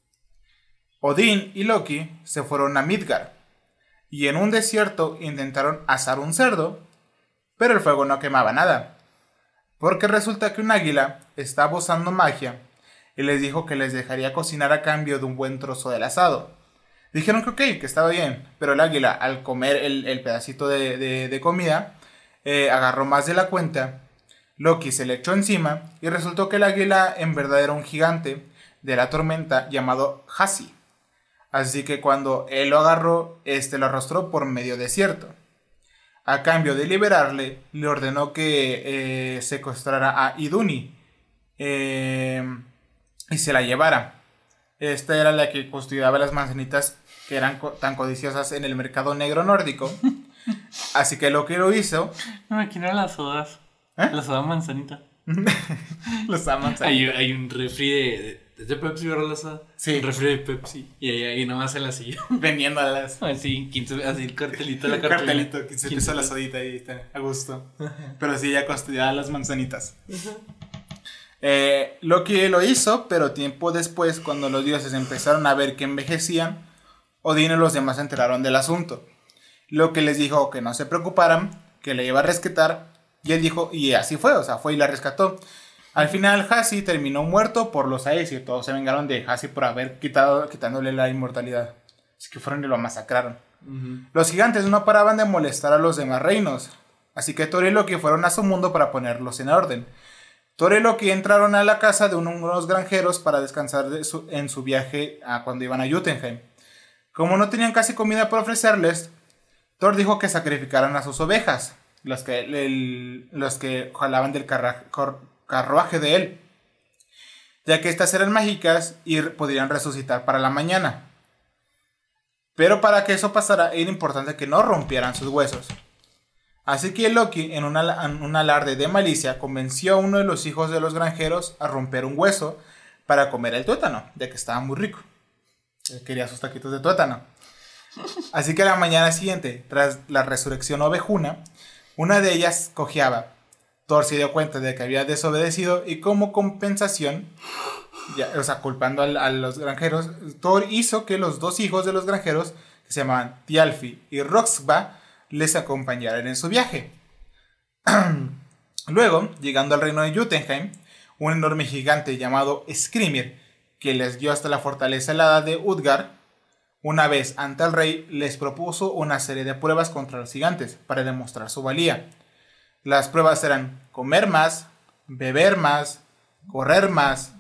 Odín y Loki se fueron a Midgard y en un desierto intentaron asar un cerdo, pero el fuego no quemaba nada, porque resulta que un águila estaba usando magia y les dijo que les dejaría cocinar a cambio de un buen trozo del asado. Dijeron que ok, que estaba bien, pero el águila al comer el, el pedacito de, de, de comida eh, agarró más de la cuenta. Loki se le echó encima y resultó que el águila en verdad era un gigante de la tormenta llamado Hasi. Así que cuando él lo agarró, este lo arrastró por medio desierto. A cambio de liberarle, le ordenó que eh, secuestrara a Iduni eh, y se la llevara. Esta era la que custodiaba las manzanitas que eran co- tan codiciosas en el mercado negro nórdico. Así que Loki lo hizo. Me imagino las sodas. ¿Eh? La soda manzanita. Los aman. Hay, hay un refri de, de, de Pepsi, ¿verdad? La soda? Sí. Un refri de Pepsi. Y ahí, ahí nomás en la silla. Vendiéndolas. Así, quince, así el cartelito, la El cartulina. cartelito, quince pesos la sodita y está a gusto. Pero sí, ya custodiaba las manzanitas. Eh, Loki lo hizo, pero tiempo después, cuando los dioses empezaron a ver que envejecían, Odín y los demás se enteraron del asunto. Loki les dijo que no se preocuparan, que le iba a rescatar, y él dijo, y así fue, o sea, fue y la rescató. Al final, Hasi terminó muerto por los Aesir. Todos se vengaron de Hasi por haber quitado, quitándole la inmortalidad. Así que fueron y lo masacraron. Uh-huh. Los gigantes no paraban de molestar a los demás reinos, así que Thor y Loki fueron a su mundo para ponerlos en orden. Thor y Loki entraron a la casa de unos granjeros para descansar de su, en su viaje a cuando iban a Jotunheim. Como no tenían casi comida para ofrecerles, Thor dijo que sacrificaran a sus ovejas, los que, el, los que jalaban del carra, cor, carruaje de él, ya que estas eran mágicas y podrían resucitar para la mañana. Pero para que eso pasara era importante que no rompieran sus huesos. Así que Loki, en, una, en un alarde de malicia, convenció a uno de los hijos de los granjeros a romper un hueso para comer el tuétano, ya que estaba muy rico. Él quería sus taquitos de tuétano. Así que a la mañana siguiente, tras la resurrección ovejuna, una de ellas cojeaba. Thor se dio cuenta de que había desobedecido y como compensación, ya, o sea, culpando a, a los granjeros, Thor hizo que los dos hijos de los granjeros, que se llamaban Thialfi y Roxba, les acompañaran en su viaje. Luego, llegando al reino de Jotunheim, un enorme gigante llamado Skrimir, que les guió hasta la fortaleza helada de Utgard, una vez ante el rey, les propuso una serie de pruebas contra los gigantes para demostrar su valía. Las pruebas eran comer más, beber más, correr más,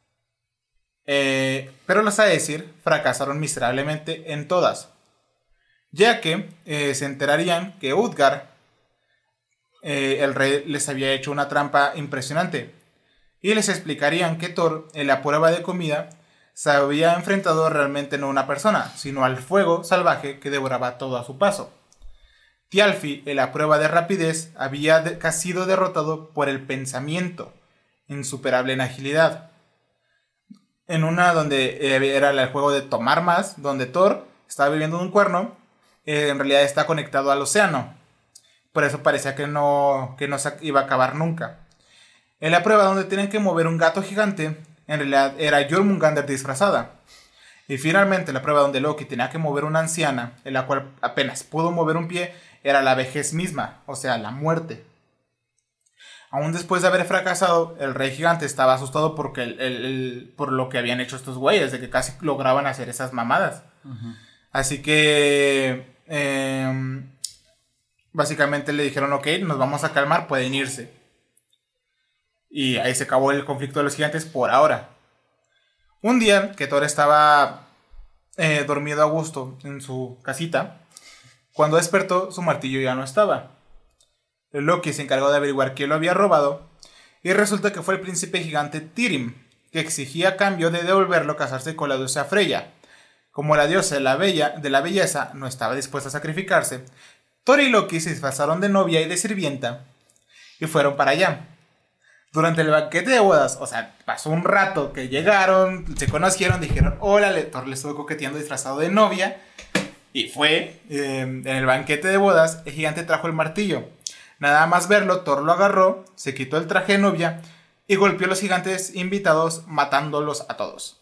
eh, pero los Aesir fracasaron miserablemente en todas, ya que eh, se enterarían que Utgard, eh, el rey, les había hecho una trampa impresionante, y les explicarían que Thor, en la prueba de comida, se había enfrentado realmente no a una persona, sino al fuego salvaje que devoraba todo a su paso. Thialfi, en la prueba de rapidez, había de- sido derrotado por el pensamiento, insuperable en agilidad. En una donde eh, era el juego de tomar más, donde Thor estaba viviendo en un cuerno, eh, en realidad está conectado al océano. Por eso parecía que no, que no se iba a acabar nunca. En la prueba donde tenían que mover un gato gigante, en realidad era Jormungandr disfrazada. Y finalmente la prueba donde Loki tenía que mover una anciana, en la cual apenas pudo mover un pie, era la vejez misma, o sea, la muerte. Aún después de haber fracasado, el rey gigante estaba asustado porque el, el, el, por lo que habían hecho estos güeyes, de que casi lograban hacer esas mamadas. Uh-huh. Así que eh, básicamente le dijeron, ok, nos vamos a calmar, pueden irse. Y ahí se acabó el conflicto de los gigantes por ahora. Un día que Thor estaba eh, dormido a gusto en su casita, cuando despertó su martillo ya no estaba. Loki se encargó de averiguar quién lo había robado y resulta que fue el príncipe gigante Tyrim, que exigía a cambio de devolverlo a casarse con la diosa Freya. Como la diosa de la, bella, de la belleza no estaba dispuesta a sacrificarse, Thor y Loki se disfrazaron de novia y de sirvienta y fueron para allá. Durante el banquete de bodas, o sea, pasó un rato que llegaron, se conocieron, dijeron hola, Thor le estuvo coqueteando disfrazado de novia y fue eh, en el banquete de bodas, el gigante trajo el martillo. Nada más verlo, Thor lo agarró, se quitó el traje de novia y golpeó a los gigantes invitados, matándolos a todos.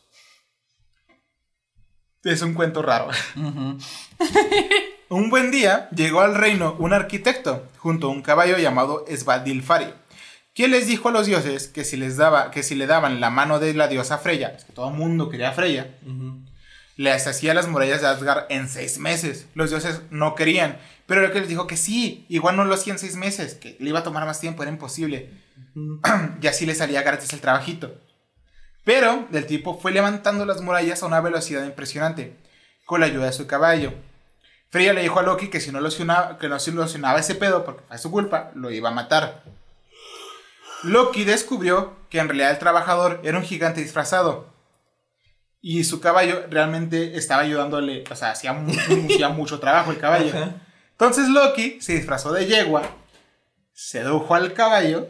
Es un cuento raro. Uh-huh. Un buen día llegó al reino un arquitecto junto a un caballo llamado Svadilfari, quien les dijo a los dioses que si les daba, que si le daban la mano de la diosa Freya, es que todo el mundo quería a Freya, uh-huh, les hacía las murallas de Asgard en seis meses. Los dioses no querían, pero lo que les dijo que sí, igual no lo hacía en seis meses, que le iba a tomar más tiempo, era imposible. Uh-huh. Y así le salía gratis el trabajito. Pero el tipo fue levantando las murallas a una velocidad impresionante, con la ayuda de su caballo. Freya le dijo a Loki que si no solucionaba, que no solucionaba ese pedo, porque fue su culpa, lo iba a matar. Loki descubrió que en realidad el trabajador era un gigante disfrazado. Y su caballo realmente estaba ayudándole, o sea, hacía, mu- hacía mucho trabajo el caballo. Ajá. Entonces Loki se disfrazó de yegua, sedujo al caballo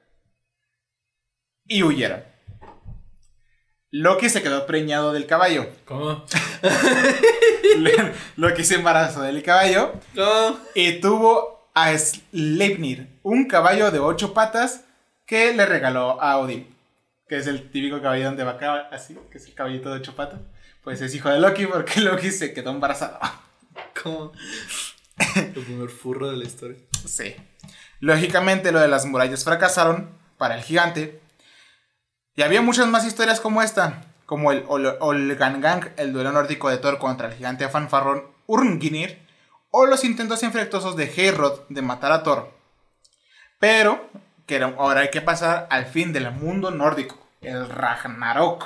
y huyeron. Loki se quedó preñado del caballo. ¿Cómo? Loki se embarazó del caballo. ¿Cómo? Y tuvo a Sleipnir, un caballo de ocho patas que le regaló a Odín. Que es el típico caballo donde va acá, así, que es el caballito de ocho patas. Pues es hijo de Loki porque Loki se quedó embarazado. ¿Cómo? El primer furro de la historia. Sí. Lógicamente lo de las murallas fracasaron para el gigante. Y había muchas más historias como esta. Como el Ol- Olgangang, el duelo nórdico de Thor contra el gigante fanfarrón Urngnir. O los intentos infructuosos de Heorot de matar a Thor. Pero que ahora hay que pasar al fin del mundo nórdico, el Ragnarok.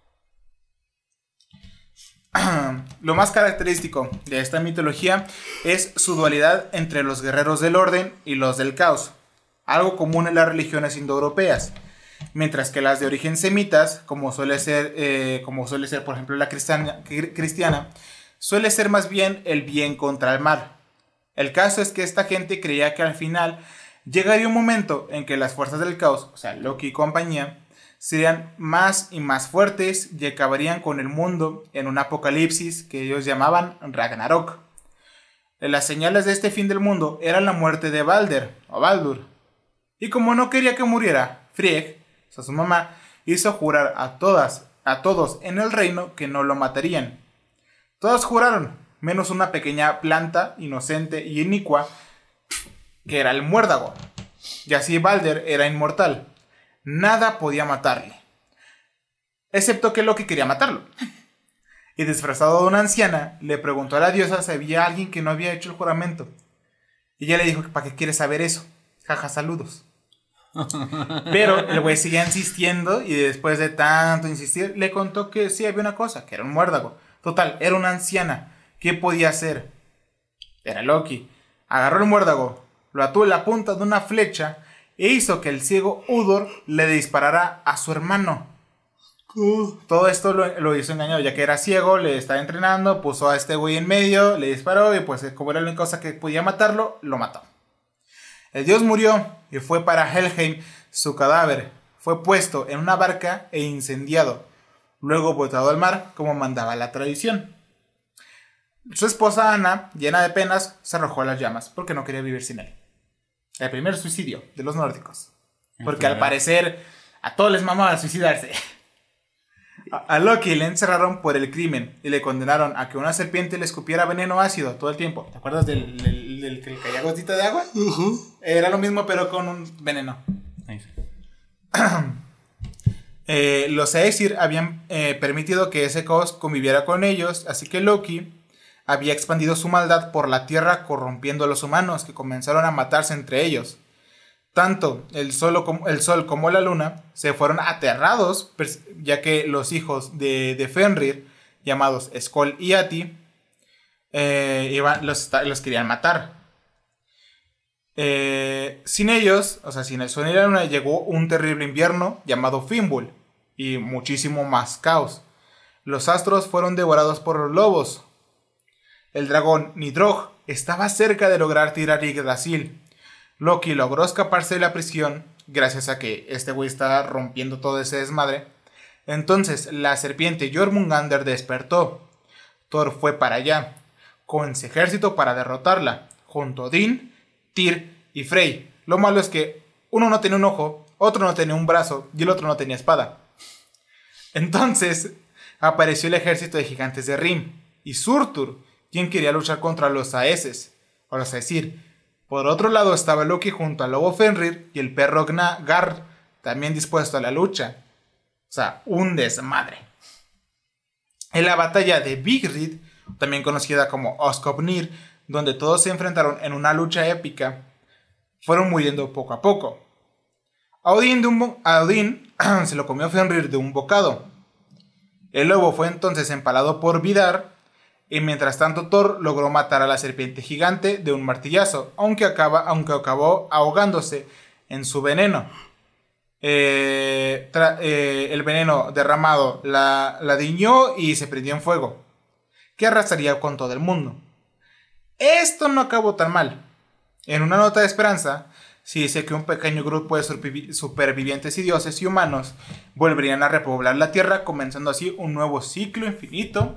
Lo más característico de esta mitología es su dualidad entre los guerreros del orden y los del caos, algo común en las religiones indoeuropeas, mientras que las de origen semitas, como suele ser, eh, como suele ser por ejemplo la cristiana, cristiana, suele ser más bien el bien contra el mal. El caso es que esta gente creía que al final llegaría un momento en que las fuerzas del caos, o sea, Loki y compañía, serían más y más fuertes y acabarían con el mundo en un apocalipsis que ellos llamaban Ragnarok. Las señales de este fin del mundo eran la muerte de Balder, o Baldur. Y como no quería que muriera, Frigg, o sea, su mamá, hizo jurar a todas, a todos en el reino que no lo matarían. Todos juraron, menos una pequeña planta inocente y inicua, que era el muérdago. Y así Balder era inmortal. Nada podía matarle. Excepto que Loki quería matarlo. Y disfrazado de una anciana, le preguntó a la diosa si había alguien que no había hecho el juramento. Y ella le dijo que para qué quiere saber eso. Jaja, saludos. Pero el güey seguía insistiendo y después de tanto insistir, le contó que sí había una cosa, que era un muérdago. Total, era una anciana. ¿Qué podía hacer? Era Loki. Agarró el muérdago, lo ató en la punta de una flecha e hizo que el ciego Udor le disparara a su hermano. Todo esto lo, lo hizo engañado, ya que era ciego, le estaba entrenando, puso a este güey en medio, le disparó y pues como era la única cosa que podía matarlo, lo mató. El dios murió y fue para Helheim. Su cadáver fue puesto en una barca e incendiado, luego botado al mar como mandaba la tradición. Su esposa Ana, llena de penas, se arrojó a las llamas porque no quería vivir sin él. El primer suicidio de los nórdicos, porque al parecer a todos les mamaba suicidarse. A Loki le encerraron por el crimen y le condenaron a que una serpiente le escupiera veneno ácido todo el tiempo. ¿Te acuerdas del, del, del que le caía gotita de agua? Uh-huh. Era lo mismo pero con un veneno. Nice. eh, los Aesir habían eh, permitido que ese caos conviviera con ellos, así que Loki había expandido su maldad por la tierra, corrompiendo a los humanos que comenzaron a matarse entre ellos. Tanto el sol, como, el sol como la luna se fueron aterrados, ya que los hijos de, de Fenrir, llamados Skoll y Ati, eh, iban, los, los querían matar. Eh, sin ellos, o sea, sin el sol y la luna, llegó un terrible invierno llamado Fimbul y muchísimo más caos. Los astros fueron devorados por los lobos. El dragón Nidrogg estaba cerca de lograr tirar a Yggdrasil. Loki logró escaparse de la prisión gracias a que este güey estaba rompiendo todo ese desmadre. Entonces la serpiente Jormungandr despertó. Thor fue para allá con su ejército para derrotarla, junto a Odín, Tyr y Frey. Lo malo es que uno no tenía un ojo, otro no tenía un brazo y el otro no tenía espada. Entonces apareció el ejército de gigantes de Rim y Surtur, quien quería luchar contra los Aeses, o los Aesir. Por otro lado estaba Loki junto al lobo Fenrir y el perro Gnar, también dispuesto a la lucha. O sea, un desmadre. En la batalla de Vigrid, también conocida como Oskopnir, donde todos se enfrentaron en una lucha épica, fueron muriendo poco a poco. A Odín, de un a Odín se lo comió Fenrir de un bocado. El lobo fue entonces empalado por Vidar, y mientras tanto Thor logró matar a la serpiente gigante de un martillazo, aunque, acaba, aunque acabó ahogándose en su veneno. Eh, tra, eh, el veneno derramado la, la diñó y se prendió en fuego, que arrasaría con todo el mundo. Esto no acabó tan mal. En una nota de esperanza, se dice que un pequeño grupo de supervivi- supervivientes y dioses y humanos volverían a repoblar la tierra, comenzando así un nuevo ciclo infinito.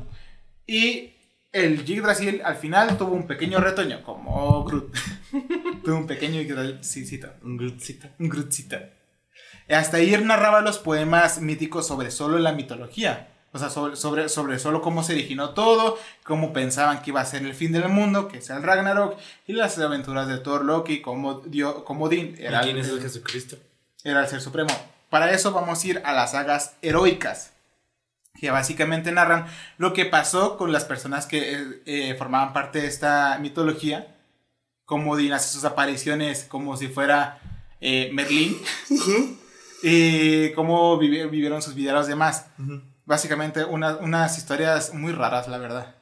Y el Yggdrasil al final tuvo un pequeño retoño, como Groot. Tuvo un pequeño Yggdrasilcito. Un Grootcito. Un Grootcito. Hasta ahí narraba los poemas míticos sobre solo la mitología. O sea, sobre, sobre, sobre solo cómo se originó todo, cómo pensaban que iba a ser el fin del mundo, que es el Ragnarok, y las aventuras de Thor, Loki, como, Dio, como Odín. Era ¿Y quién el, es el Jesucristo? Era el ser supremo. Para eso vamos a ir a las sagas heroicas, que básicamente narran lo que pasó con las personas que eh, formaban parte de esta mitología, como Odín hace sus apariciones como si fuera eh, Merlín, uh-huh. Y cómo vivi- vivieron sus vidas los demás. Uh-huh. Básicamente una, unas historias muy raras, la verdad.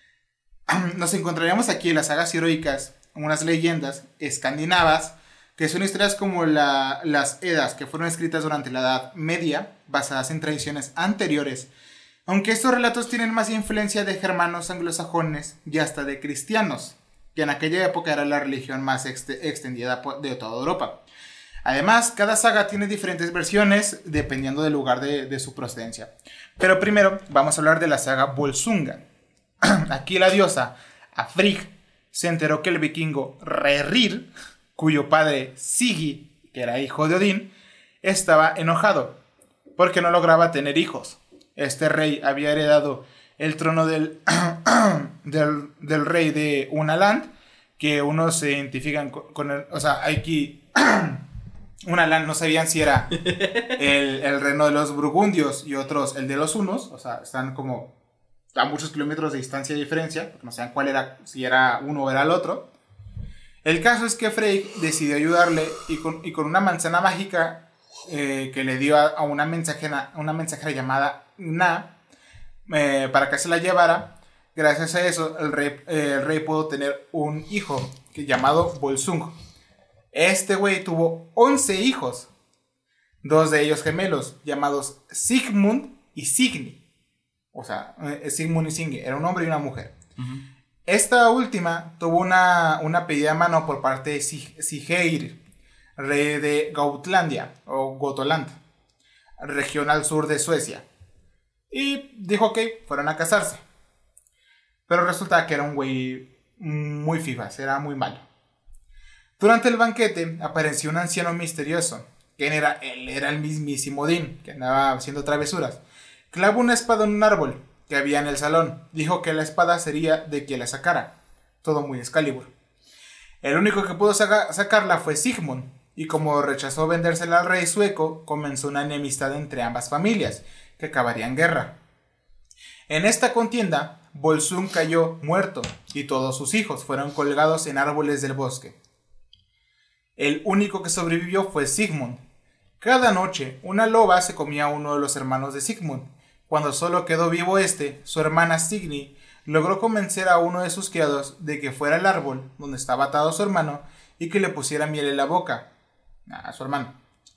Nos encontraríamos aquí en las sagas heroicas, unas leyendas escandinavas, que son historias como la, las Edas, que fueron escritas durante la Edad Media, basadas en tradiciones anteriores, aunque estos relatos tienen más influencia de germanos, anglosajones y hasta de cristianos, que en aquella época era la religión más ext- extendida de toda Europa. Además, cada saga tiene diferentes versiones dependiendo del lugar de, de su procedencia. Pero primero vamos a hablar de la saga Volsunga. Aquí la diosa Frigg se enteró que el vikingo Rerir, cuyo padre Sigi, que era hijo de Odín, estaba enojado porque no lograba tener hijos. Este rey había heredado el trono del, del, del rey de Unaland, que unos se identifican con, con el... O sea, aquí... Unaland no sabían si era el, el reino de los burgundios y otros el de los hunos. O sea, están como a muchos kilómetros de distancia de diferencia, porque no sabían cuál era, si era uno o era el otro. El caso es que Frey decidió ayudarle y con, y con una manzana mágica eh, que le dio a, a una mensajera, una mensajera llamada Na, eh, para que se la llevara. Gracias a eso, el rey, eh, el rey pudo tener un hijo que, llamado Volsung. Este güey tuvo once hijos, dos de ellos gemelos, llamados Sigmund y Signy. O sea, eh, Sigmund y Signy, era un hombre y una mujer. Uh-huh. Esta última tuvo una, una pedida a mano por parte de Sig- Siggeir, rey de Gautlandia o Gotoland, región al sur de Suecia. Y dijo que fueron a casarse. Pero resulta que era un güey muy fifas, era muy malo. Durante el banquete apareció un anciano misterioso. ¿Quién era? Él era el mismísimo Odín, que andaba haciendo travesuras. Clavó una espada en un árbol que había en el salón. Dijo que la espada sería de quien la sacara. Todo muy Excalibur. El único que pudo saca- sacarla fue Sigmund. Y como rechazó vendérsela al rey sueco, comenzó una enemistad entre ambas familias, que acabaría en guerra. En esta contienda, Volsung cayó muerto, y todos sus hijos fueron colgados en árboles del bosque. El único que sobrevivió fue Sigmund. Cada noche, una loba se comía a uno de los hermanos de Sigmund. Cuando solo quedó vivo este, su hermana Signy logró convencer a uno de sus criados de que fuera al árbol donde estaba atado su hermano y que le pusiera miel en la boca a su hermano.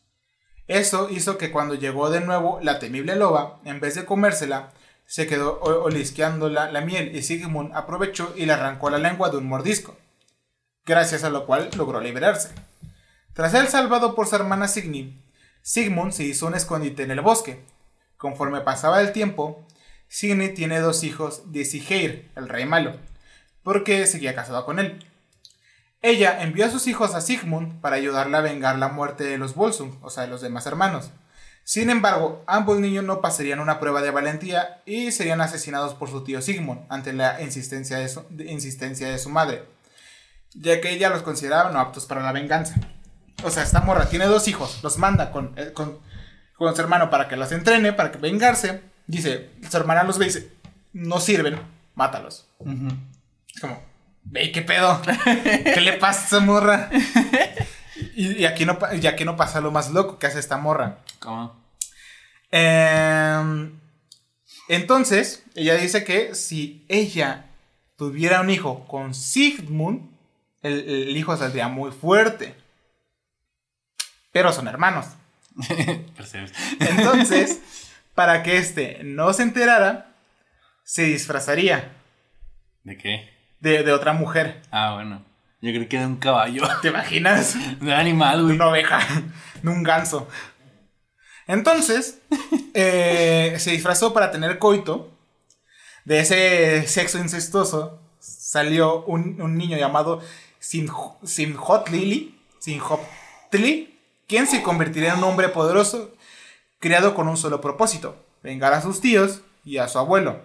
Eso hizo que cuando llegó de nuevo la temible loba, en vez de comérsela, se quedó olisqueando la, la miel y Sigmund aprovechó y le arrancó la lengua de un mordisco, gracias a lo cual logró liberarse. Tras ser salvado por su hermana Signy, Sigmund se hizo un escondite en el bosque. Conforme pasaba el tiempo, Signy tiene dos hijos de Siggeir, el rey malo, porque seguía casado con él. Ella envió a sus hijos a Sigmund para ayudarle a vengar la muerte de los Volsung, o sea, de los demás hermanos. Sin embargo, ambos niños no pasarían una prueba de valentía y serían asesinados por su tío Sigmund ante la insistencia de su, de, insistencia de su madre, ya que ella los consideraba no aptos para la venganza. O sea, esta morra tiene dos hijos, los manda con, eh, con, con su hermano para que los entrene, para que vengarse. Dice, su hermana los ve y dice, no sirven, mátalos. Uh-huh. Es como, ve, ¿qué pedo? ¿Qué le pasa a esa morra? Y, y, aquí no, y aquí no pasa lo más loco que hace esta morra. ¿Cómo? Eh, entonces, ella dice que si ella tuviera un hijo con Sigmund, el, el hijo saldría muy fuerte. Pero son hermanos. Entonces, para que este no se enterara, se disfrazaría. ¿De qué? De, de otra mujer. Ah, bueno. Yo creo que de un caballo. ¿Te imaginas? De un animal, güey. De una oveja. De un ganso. Entonces, eh, se disfrazó para tener coito. De ese sexo incestuoso salió un, un niño llamado Sinhotlili, Sinhotli, quien se convertiría en un hombre poderoso, criado con un solo propósito: vengar a sus tíos y a su abuelo.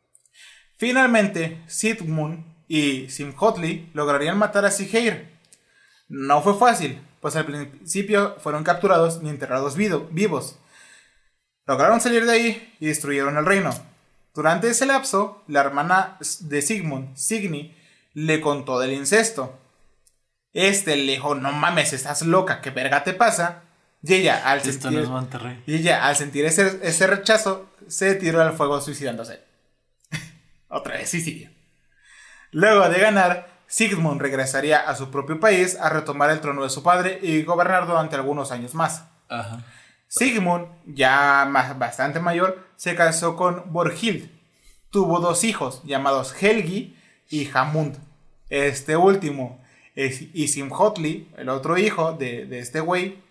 Finalmente, Sigmund y Sinhotli lograrían matar a Siggeir. No fue fácil, pues al principio fueron capturados y enterrados vivos. Lograron salir de ahí y destruyeron el reino. Durante ese lapso, la hermana de Sigmund, Signy, le contó del incesto. Este le dijo, no mames, estás loca, ¿qué verga te pasa? Y ella, al Esto sentir, no es Monterrey. y ella, al sentir ese, ese rechazo, se tiró al fuego suicidándose. Otra vez suicidio. Luego de ganar, Sigmund regresaría a su propio país a retomar el trono de su padre y gobernar durante algunos años más. Ajá. Sigmund, ya más, bastante mayor, se casó con Borghild. Tuvo dos hijos llamados Helgi y Hamund. Este último es, y Sinhotli, el otro hijo de, de este güey,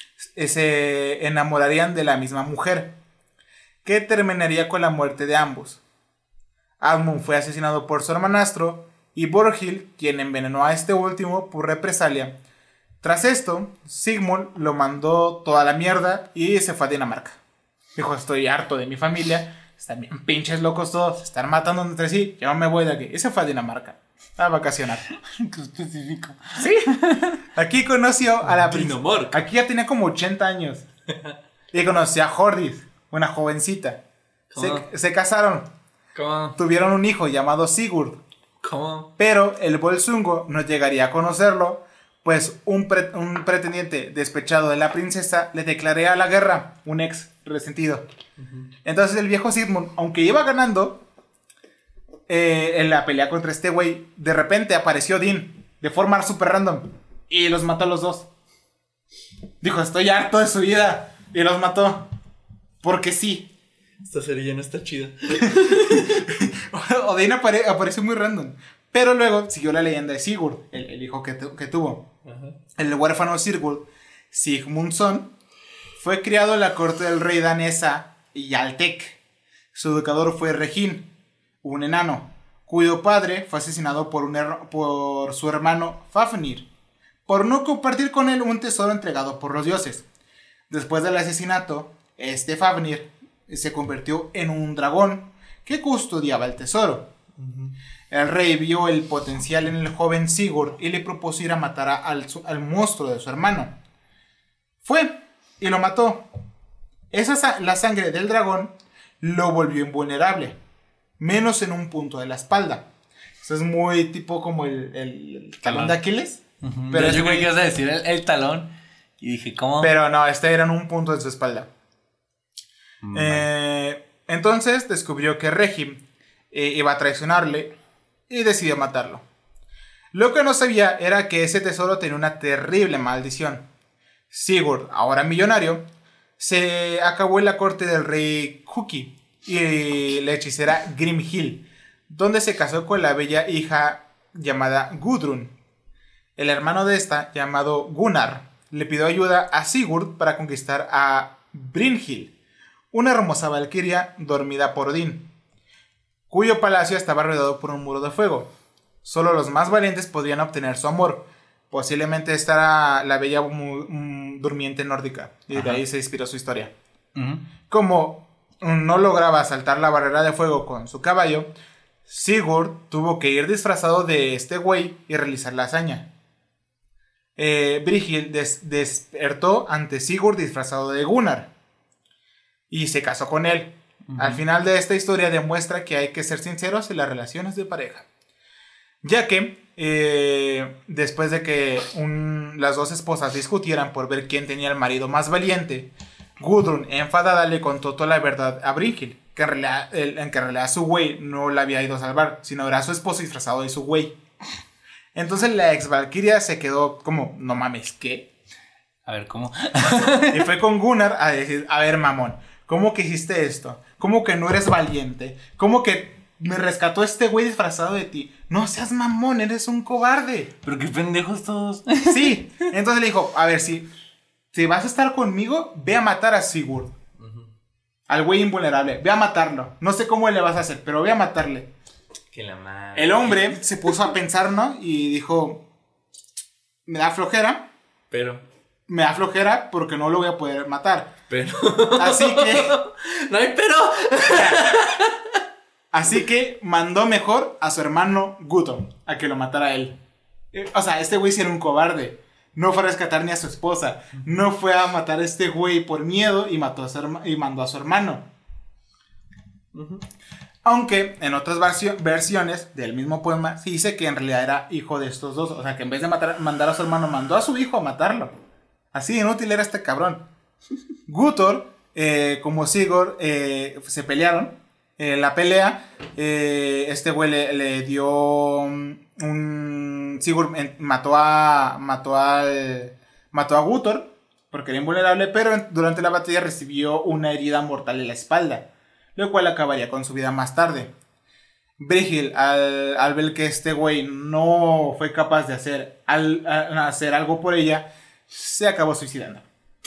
se enamorarían de la misma mujer, que terminaría con la muerte de ambos. Amund fue asesinado por su hermanastro y Borghild, quien envenenó a este último por represalia. Tras esto, Sigmund lo mandó toda la mierda y se fue a Dinamarca. Dijo, estoy harto de mi familia, están bien pinches locos todos, se están matando entre sí, yo me voy de aquí. Y se fue a Dinamarca a vacacionar. Qué específico. Sí, aquí conoció a la princesa. Dinamarca. Aquí ya tenía como ochenta años. Y conoció a Hordis, una jovencita. Se, se casaron. ¿Cómo? Tuvieron un hijo llamado Sigurd. ¿Cómo? Pero el Volsungo no llegaría a conocerlo, pues un, pre- un pretendiente despechado de la princesa le declararía la guerra, un ex resentido. Uh-huh. Entonces el viejo Sigmund, aunque iba ganando eh, en la pelea contra este güey, de repente apareció Odín de forma super random y los mató a los dos. Dijo, estoy harto de su vida, y los mató porque sí. Esta serie ya no está chida. Odin apare apareció muy random. Pero luego siguió la leyenda de Sigurd, el, el hijo que, tu que tuvo. Ajá. El huérfano Sigurd, Sigmundsson, fue criado en la corte del rey danesa Hjaltek. Su educador fue Reginn, un enano, cuyo padre fue asesinado por, un por su hermano Fafnir, por no compartir con él un tesoro entregado por los dioses. Después del asesinato, este Fafnir se convirtió en un dragón que custodiaba el tesoro. Uh-huh. El rey vio el potencial en el joven Sigurd y le propuso ir a matar a, al, al monstruo de su hermano. Fue y lo mató. Esa, la sangre del dragón lo volvió invulnerable, menos en un punto de la espalda. Eso es muy tipo como el, el, el talón de Aquiles. Uh-huh. Pero yo creí que ibas a decir el, el talón y dije, ¿cómo? Pero no, este era en un punto de su espalda. Mm. Eh, entonces descubrió que Reginn eh, iba a traicionarle y decidió matarlo. Lo que no sabía era que ese tesoro tenía una terrible maldición. Sigurd, ahora millonario, se acabó en la corte del rey Huki y la hechicera Grimhild, donde se casó con la bella hija llamada Gudrun. El hermano de esta, llamado Gunnar, le pidió ayuda a Sigurd para conquistar a Brynhild, una hermosa valquiria dormida por Odín, cuyo palacio estaba rodeado por un muro de fuego. Solo los más valientes podrían obtener su amor. Posiblemente esta era la bella um, durmiente nórdica, y Ajá. de ahí se inspiró su historia. Uh-huh. Como no lograba saltar la barrera de fuego con su caballo, Sigurd tuvo que ir disfrazado de este güey y realizar la hazaña. Eh, Brynhild des despertó ante Sigurd disfrazado de Gunnar y se casó con él. Uh-huh. Al final de esta historia demuestra que hay que ser sinceros en las relaciones de pareja, ya que eh, después de que un, las dos esposas discutieran por ver quién tenía el marido más valiente, Gudrun, enfadada, le contó toda la verdad a Brynhild, que en realidad, el, en que en realidad su güey no la había ido a salvar, sino era su esposo disfrazado de su güey. Entonces la ex valquiria se quedó como, no mames, ¿qué? A ver, ¿cómo? Y fue con Gunnar a decir, a ver, mamón, ¿cómo que hiciste esto? ¿Cómo que no eres valiente? ¿Cómo que me rescató este güey disfrazado de ti? No seas mamón, eres un cobarde. Pero qué pendejos todos. Sí, entonces le dijo, a ver, si, si vas a estar conmigo, ve a matar a Sigurd. Uh-huh. Al güey invulnerable, ve a matarlo. No sé cómo le vas a hacer, pero ve a matarle. Que la madre. El hombre se puso a pensar, ¿no? Y dijo, me da flojera. Pero... Me da flojera porque no lo voy a poder matar. Pero... Así que... No hay pero... Así que mandó mejor a su hermano Guttorm a que lo matara a él. O sea, este güey sí era un cobarde. No fue a rescatar ni a su esposa. No fue a matar a este güey por miedo y, mató a su y mandó a su hermano. Uh-huh. Aunque en otras versiones del mismo poema se dice que en realidad era hijo de estos dos. O sea, que en vez de matar, mandar a su hermano, mandó a su hijo a matarlo. Así de inútil era este cabrón. Guttorm, eh, como Sigurd, eh, se pelearon. En la pelea, eh, este güey le, le dio un... Sigurd mató a... Mató al... Mató a Guttorm porque era invulnerable, pero durante la batalla recibió una herida mortal en la espalda, lo cual acabaría con su vida más tarde. Brynhild, al, al ver que este güey no fue capaz de hacer, al, a, hacer algo por ella, se acabó suicidando.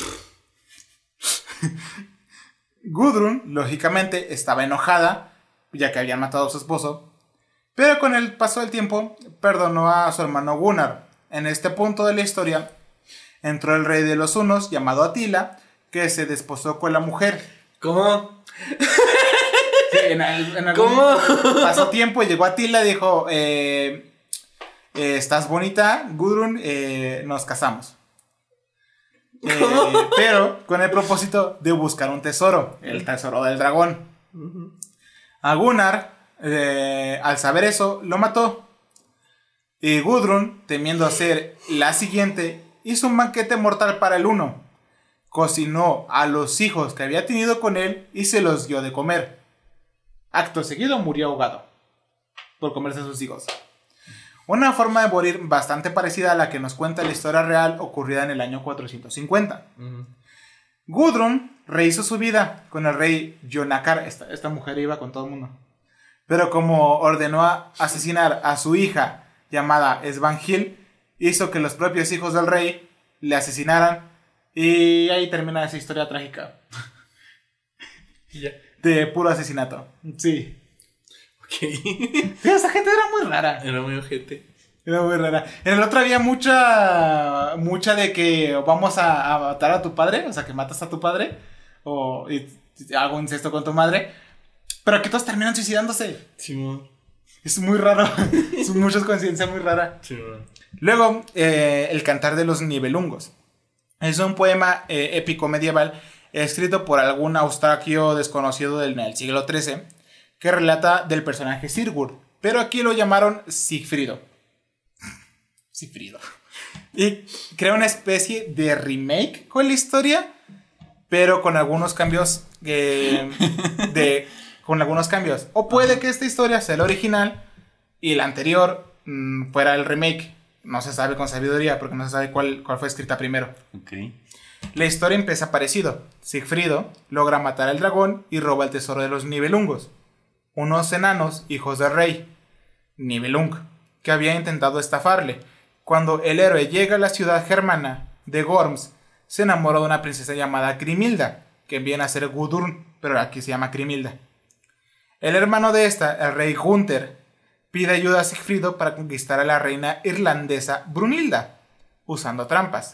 Gudrun, lógicamente, estaba enojada, ya que habían matado a su esposo, pero con el paso del tiempo, perdonó a su hermano Gunnar. En este punto de la historia, entró el rey de los hunos, llamado Atila, que se desposó con la mujer. ¿Cómo? Sí, en, el, en algún ¿Cómo? Pasó tiempo y llegó Atila y dijo, eh, eh, estás bonita, Gudrun, eh, nos casamos. Eh, pero con el propósito de buscar un tesoro, el tesoro del dragón. Uh-huh. A Gunnar, eh, al saber eso, lo mató. Y Gudrun, temiendo ser la siguiente, hizo un banquete mortal para el uno. Cocinó a los hijos que había tenido con él y se los dio de comer. Acto seguido murió ahogado por comerse a sus hijos. Una forma de morir bastante parecida a la que nos cuenta la historia real ocurrida en el año cuatrocientos cincuenta. Uh-huh. Gudrun rehizo su vida con el rey Yonakar. Esta, esta mujer iba con todo el mundo. Pero como ordenó a asesinar a su hija llamada Svanhild, hizo que los propios hijos del rey le asesinaran. Y ahí termina esa historia trágica. Ya. De puro asesinato. Sí. Ok. Pero esa gente era muy rara. Era muy ojete. Era muy rara. En el otro había mucha. Mucha de que vamos a, a matar a tu padre. O sea, que matas a tu padre. O y, y hago incesto con tu madre. Pero que todos terminan suicidándose. Simón. Es muy raro. Es mucha coincidencia muy rara. Simón. Luego, eh, el cantar de los Nibelungos. Es un poema eh, épico medieval escrito por algún austraquio desconocido del el siglo trece que relata del personaje Sigurd, pero aquí lo llamaron Sigfrido. Sigfrido. Y crea una especie de remake con la historia, pero con algunos cambios eh, de con algunos cambios. O puede que esta historia sea la original y la anterior mmm, fuera el remake. No se sabe con sabiduría porque no se sabe cuál, cuál fue escrita primero. Ok. La historia empieza parecido. Sigfrido logra matar al dragón y roba el tesoro de los Nibelungos, unos enanos hijos del rey Nibelung, que había intentado estafarle. Cuando el héroe llega a la ciudad germana de Worms, se enamora de una princesa llamada Grimilda, que viene a ser Gudrun, pero aquí se llama Grimilda. El hermano de esta, el rey Gunther, pide ayuda a Sigfrido para conquistar a la reina irlandesa Brunilda, usando trampas.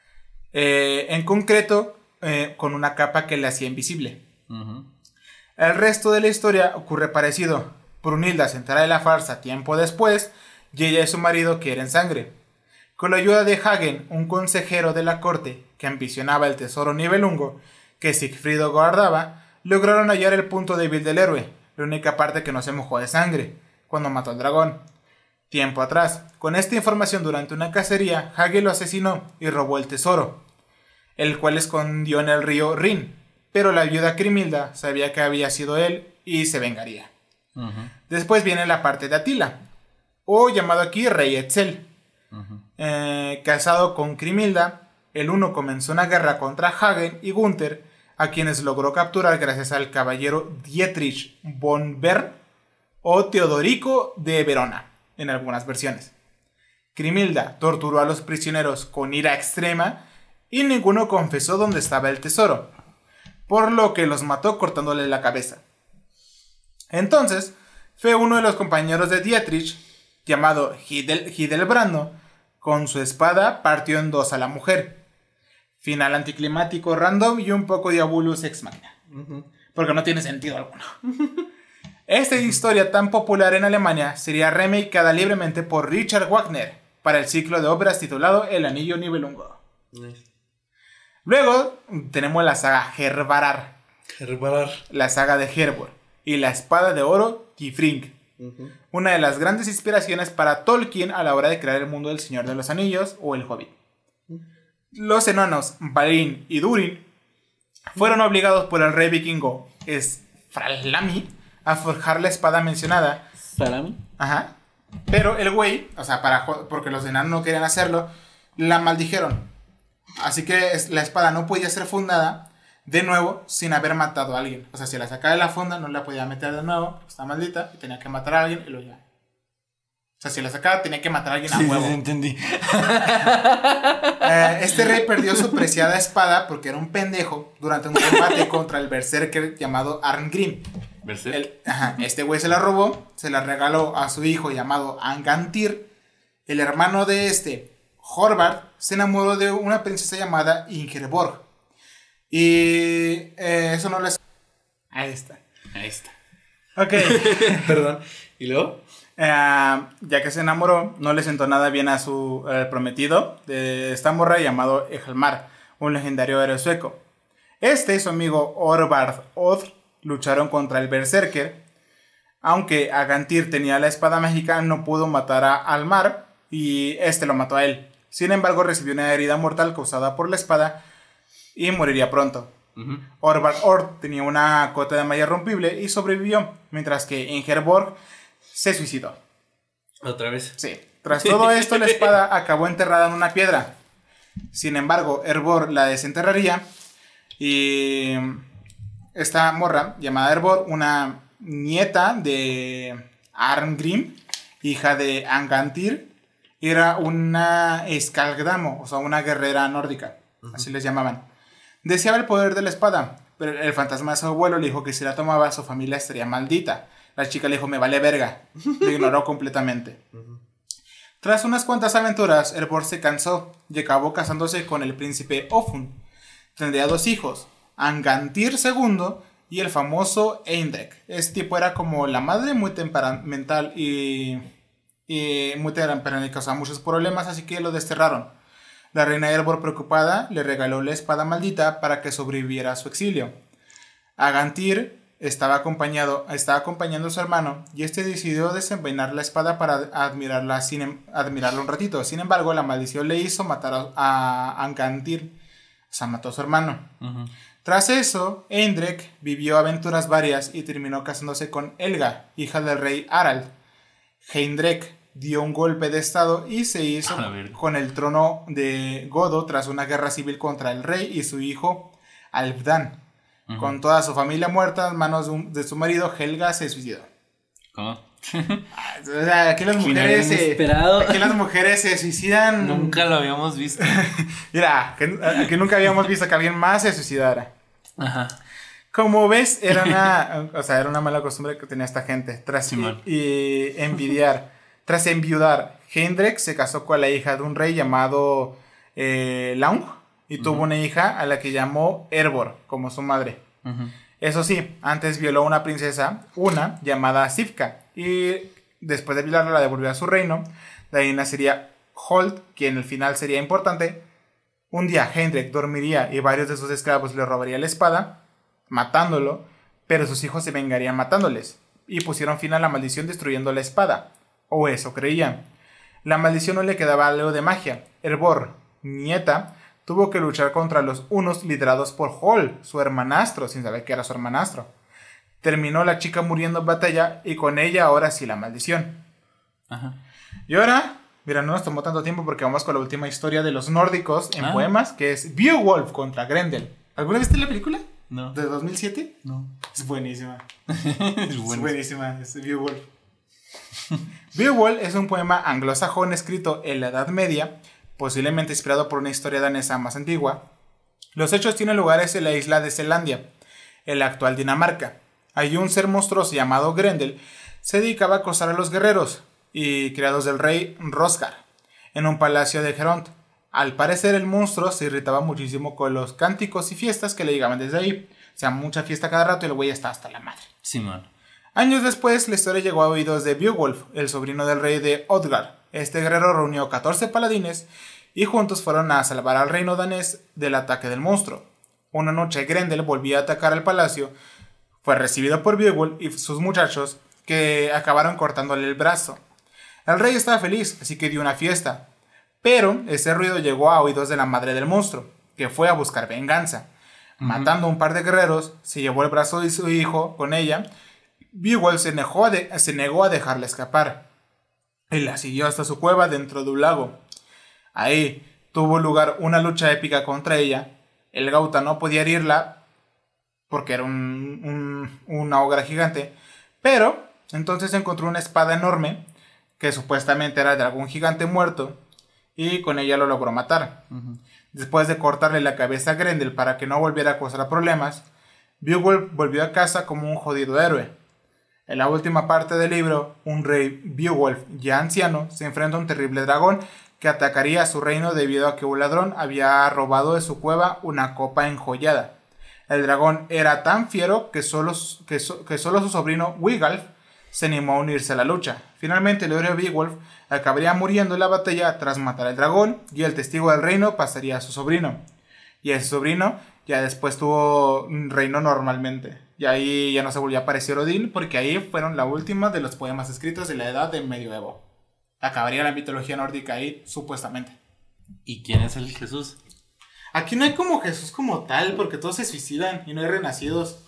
Eh, en concreto, eh, con una capa que le hacía invisible. Uh-huh. El resto de la historia ocurre parecido. Brunilda se entera de la farsa tiempo después, y ella y su marido quieren sangre. Con la ayuda de Hagen, un consejero de la corte que ambicionaba el tesoro Nibelungo que Sigfrido guardaba, lograron hallar el punto débil del héroe, la única parte que no se mojó de sangre, cuando mató al dragón. Tiempo atrás, con esta información durante una cacería, Hagen lo asesinó y robó el tesoro, el cual escondió en el río Rin, pero la viuda Grimilda sabía que había sido él y se vengaría. Uh-huh. Después viene la parte de Atila, o llamado aquí Rey Etzel. Uh-huh. Eh, casado con Grimilda, el uno comenzó una guerra contra Hagen y Gunther, a quienes logró capturar gracias al caballero Dietrich von Bern o Teodorico de Verona, en algunas versiones. Grimilda torturó a los prisioneros con ira extrema y ninguno confesó dónde estaba el tesoro, por lo que los mató cortándole la cabeza. Entonces, fue uno de los compañeros de Dietrich, llamado Hidel, Hidelbrando, con su espada partió en dos a la mujer. Final anticlimático random y un poco diabolus ex machina. Uh-huh. Porque no tiene sentido alguno. Esta historia tan popular en Alemania sería remakeada libremente por Richard Wagner para el ciclo de óperas titulado El Anillo Nibelungo. Nice. Luego tenemos la saga Hervarar. Hervarar. La saga de Hervor y la espada de oro Gifring. Uh-huh. Una de las grandes inspiraciones para Tolkien a la hora de crear el mundo del Señor de los Anillos o el Hobbit. Uh-huh. Los enanos Balin y Durin fueron obligados por el rey vikingo Svrlami a forjar la espada mencionada. ¿Salami? Ajá. Pero el güey, o sea, para, porque los enanos no querían hacerlo, la maldijeron. Así que la espada no podía ser fundada de nuevo sin haber matado a alguien. O sea, si la sacaba de la funda no la podía meter de nuevo, está maldita, y tenía que matar a alguien y lo ya. O sea, si la sacaba tenía que matar a alguien a Sí, huevo. sí, entendí. Eh, este rey perdió su preciada espada porque era un pendejo durante un combate contra el berserker llamado Arngrim. ¿Berserker? El, ajá, este güey se la robó, se la regaló a su hijo llamado Angantyr. El hermano de este, Horvath, se enamoró de una princesa llamada Ingeborg. Y eh, eso no les... Ahí está. Ahí está. Ok. Perdón. ¿Y luego? Uh, ya que se enamoró, no le sentó nada bien a su uh, prometido de esta morra llamado Ejalmar, un legendario héroe sueco. Este y su amigo Orvard Odr lucharon contra el berserker. Aunque Agantyr tenía la espada mágica, no pudo matar a Almar y este lo mató a él. Sin embargo, recibió una herida mortal causada por la espada y moriría pronto. Uh-huh. Orvard Odr tenía una cota de malla rompible y sobrevivió, mientras que Ingeborg se suicidó. ¿Otra vez? Sí. Tras todo esto, la espada acabó enterrada en una piedra. Sin embargo, Erbor la desenterraría Y esta morra, llamada Erebor, una nieta de Arngrim, hija de Angantyr, era una Skaldamo, o sea, una guerrera nórdica, uh-huh. así les llamaban. Deseaba el poder de la espada, pero el fantasma de su abuelo le dijo que si la tomaba su familia estaría maldita. La chica le dijo, me vale verga. Lo ignoró completamente. Uh-huh. Tras unas cuantas aventuras, Erebor se cansó y acabó casándose con el príncipe Ofun. Tendría dos hijos, Angantyr segundo y el famoso Eindrek. Este tipo era como la madre, muy temperamental y, y muy temperamental, y causaba muchos problemas, así que lo desterraron. La reina Erebor, preocupada, le regaló la espada maldita para que sobreviviera a su exilio. Angantyr estaba, acompañado, estaba acompañando a su hermano y este decidió desenvainar la espada para admirarla, sin, admirarla un ratito. Sin embargo, la maldición le hizo matar a, a Angantyr, o sea, mató a su hermano. Uh-huh. Tras eso, Eindrek vivió aventuras varias y terminó casándose con Helga, hija del rey Harald. Heindrek dio un golpe de estado y se hizo con el trono de Godo tras una guerra civil contra el rey y su hijo Halfdan. Uh-huh. Con toda su familia muerta en manos de, un, de su marido, Helga se suicidó. ¿Cómo? O sea, aquí las mujeres se, aquí las mujeres se suicidan. Nunca lo habíamos visto. Mira, que, aquí nunca habíamos visto que alguien más se suicidara. Ajá. Como ves, era una, o sea, era una mala costumbre que tenía esta gente. Tras y, y envidiar, tras enviudar, Heindrek se casó con la hija de un rey llamado eh, Laung y uh-huh. tuvo una hija a la que llamó Erebor como su madre. Uh-huh. Eso sí, antes violó a una princesa, una llamada Sifka, y después de violarla la devolvió a su reino. De ahí nacería Holt, quien al final sería importante. Un día Heindrek dormiría y varios de sus esclavos le robarían la espada, matándolo, pero sus hijos se vengarían matándoles, y pusieron fin a la maldición destruyendo la espada, o eso creían. La maldición no le quedaba algo de magia. Erebor, nieta, tuvo que luchar contra los hunos liderados por Hol, su hermanastro, sin saber que era su hermanastro. Terminó la chica muriendo en batalla y con ella ahora sí la maldición. Ajá. Y ahora, mira, no nos tomó tanto tiempo porque vamos con la última historia de los nórdicos en ah. poemas, que es Beowulf contra Grendel. ¿Alguna vez viste la película? No. ¿De dos mil siete? No. Es buenísima. es, es buenísima, es Beowulf. Beowulf es un poema anglosajón escrito en la Edad Media, posiblemente inspirado por una historia danesa más antigua. Los hechos tienen lugares en la isla de Selandia, en la actual Dinamarca. Allí un ser monstruoso llamado Grendel se dedicaba a acosar a los guerreros y criados del rey Rosgar en un palacio de Geront. Al parecer el monstruo se irritaba muchísimo con los cánticos y fiestas que le llegaban desde ahí. O sea, mucha fiesta cada rato y el güey está hasta la madre. Sí, man. Años después, la historia llegó a oídos de Beowulf, el sobrino del rey de Odgar. Este guerrero reunió catorce paladines y juntos fueron a salvar al reino danés del ataque del monstruo. Una noche Grendel volvía a atacar el palacio. Fue recibido por Beowulf y sus muchachos, que acabaron cortándole el brazo. El rey estaba feliz, así que dio una fiesta. Pero ese ruido llegó a oídos de la madre del monstruo, que fue a buscar venganza. Uh-huh. Matando a un par de guerreros, se llevó el brazo de su hijo con ella. Beowulf se negó a, de- se negó a dejarla escapar. Y la siguió hasta su cueva dentro de un lago. Ahí tuvo lugar una lucha épica contra ella. El Gauta no podía herirla porque era un, un, una ogra gigante. Pero entonces encontró una espada enorme que supuestamente era de algún gigante muerto. Y con ella lo logró matar. Uh-huh. Después de cortarle la cabeza a Grendel para que no volviera a causar problemas, Beowulf volvió a casa como un jodido héroe. En la última parte del libro, un rey Beowulf, ya anciano, se enfrenta a un terrible dragón que atacaría a su reino debido a que un ladrón había robado de su cueva una copa enjollada. El dragón era tan fiero que solo, que, so, que solo su sobrino Wigalf se animó a unirse a la lucha. Finalmente el héroe Beowulf acabaría muriendo en la batalla tras matar al dragón y el testigo del reino pasaría a su sobrino. Y ese sobrino ya después tuvo un reino normalmente. Y ahí ya no se volvió a aparecer Odín porque ahí fueron la última de los poemas escritos de la edad del medioevo. Acabaría la mitología nórdica ahí, supuestamente. ¿Y quién es el Jesús? Aquí no hay como Jesús como tal porque todos se suicidan y no hay renacidos.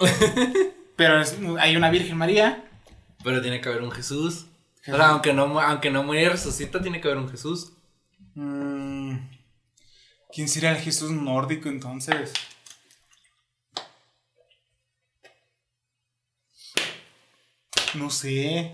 Pero es, hay una Virgen María. Pero tiene que haber un Jesús. Jesús. O sea, aunque no, aunque no muere y resucita, tiene que haber un Jesús. Mm, ¿Quién sería el Jesús nórdico entonces? No sé.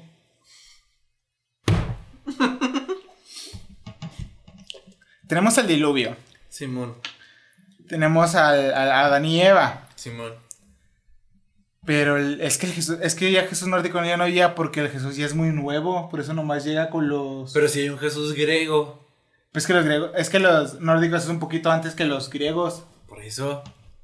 Tenemos el diluvio. Simón. Tenemos al, al- a Adán y Eva. Simón. Pero el- es que el Jesús, es que ya Jesús nórdico ya no había porque el Jesús ya es muy nuevo. Por eso nomás llega con los. Pero si hay un Jesús griego. Pues que los griegos. Es que los nórdicos es un poquito antes que los griegos. Por eso.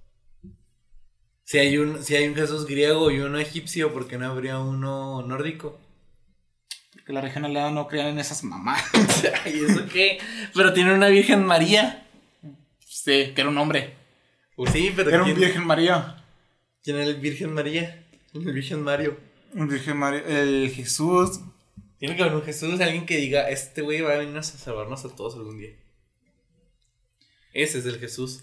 Si hay un, si hay un Jesús griego y uno egipcio, ¿por qué no habría uno nórdico? Porque la región al lado no creían en esas mamás. ¿Y eso qué? Pero tiene una Virgen María. Sí, que era un hombre. Pues sí, pero Era un ¿quién, Virgen María. ¿quién era el Virgen María? El Virgen Mario. Un Virgen María. El Jesús. Tiene que haber un Jesús, alguien que diga, este güey va a venir a salvarnos a todos algún día. Ese es el Jesús.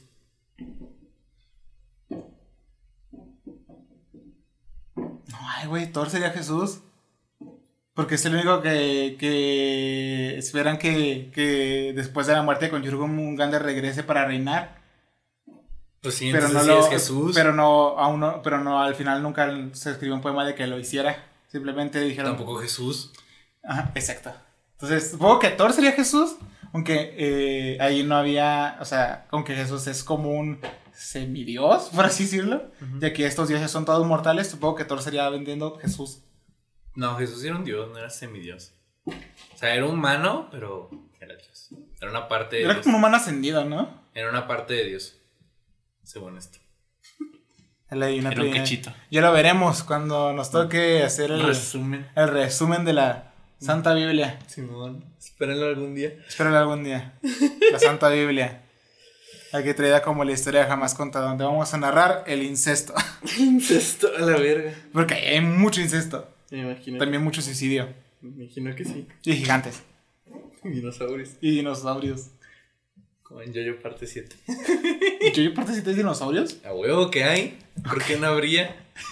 No, ay, güey, Thor sería Jesús. Porque es el único que, que esperan que, que después de la muerte de Conjurgum regrese para reinar. Pues sí, Pero entonces no, sí lo, es Jesús. pero no, aún no, pero no, al final nunca se escribió un poema de que lo hiciera. Simplemente dijeron. Tampoco Jesús. Ajá, exacto. Entonces, supongo que Thor sería Jesús, aunque eh, ahí no había, o sea, aunque Jesús es como un semidios, por así decirlo, Ujú. ya que estos dioses son todos mortales, supongo que Thor sería vendiendo Jesús. No, Jesús era un dios, no era semidios. O sea, era humano, pero era Dios. Era una parte de Era Dios. como un humano ascendido, ¿no? Era una parte de Dios. Según esto. Él ahí una Era un teoría. cachito. Ya lo veremos cuando nos toque hacer el, Resumen. el resumen de la Santa Biblia. Simón, espérenlo algún día. Espéralo algún día. La Santa Biblia. Aquí traída como la historia jamás contada, donde vamos a narrar el incesto. Incesto a la verga. Porque ahí hay mucho incesto. Me imagino. También mucho suicidio. Me imagino que sí. Y gigantes. Dinosaurios. Y dinosaurios. Como en Yoyo parte siete. ¿Y yo participo de dinosaurios? ¿A huevo que hay? ¿Por qué no habría?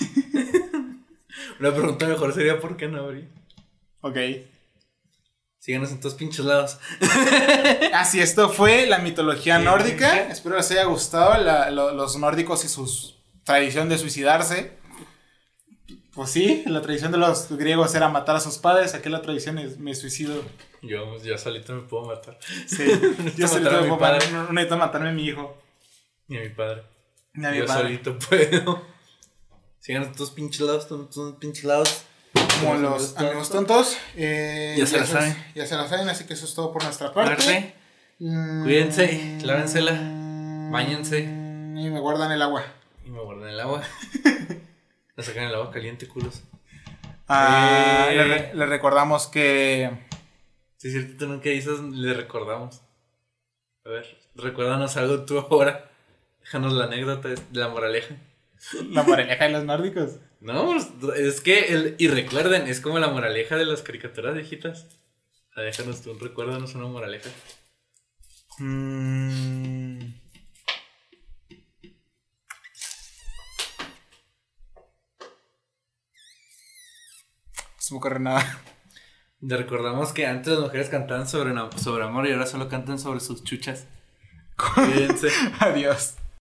Una pregunta mejor sería ¿por qué no habría? Ok. Síganos en todos pinches lados. Así, esto fue la mitología Bien, nórdica. bien. Espero les haya gustado la- lo- los nórdicos y su tradición de suicidarse. Pues sí, la tradición de los griegos era matar a sus padres. Aquí la tradición es me suicido. Yo, yo solito me puedo matar. Sí, yo solito matar a me mi puedo padre. matar- no necesito matarme a mi hijo. Ni a mi padre. Ni a mi yo padre. solito puedo. Síganos en todos pinches lados, todos todos pinches lados. Como los amigos tontos. eh, Ya se la se- saben. Ya se la saben, así que eso es todo por nuestra parte. Parte. Mm, Cuídense, lávensela, báñense. Y me guardan el agua. Y me guardan el agua. La sacan el agua caliente, culos. Ah, Eh. le, re- le recordamos que. Si es cierto, tú nunca dices, le recordamos. A ver, recuérdanos algo tú ahora. Déjanos la anécdota de la moraleja. La moraleja de los nórdicos. No, es que, el, y recuerden, es como la moraleja de las caricaturas viejitas. O sea, déjanos tú, recuérdanos una moraleja. Mm. No se me ocurre nada. Le recordamos que antes las mujeres cantaban sobre, na- sobre amor y ahora solo cantan sobre sus chuchas. Cuídense. Adiós.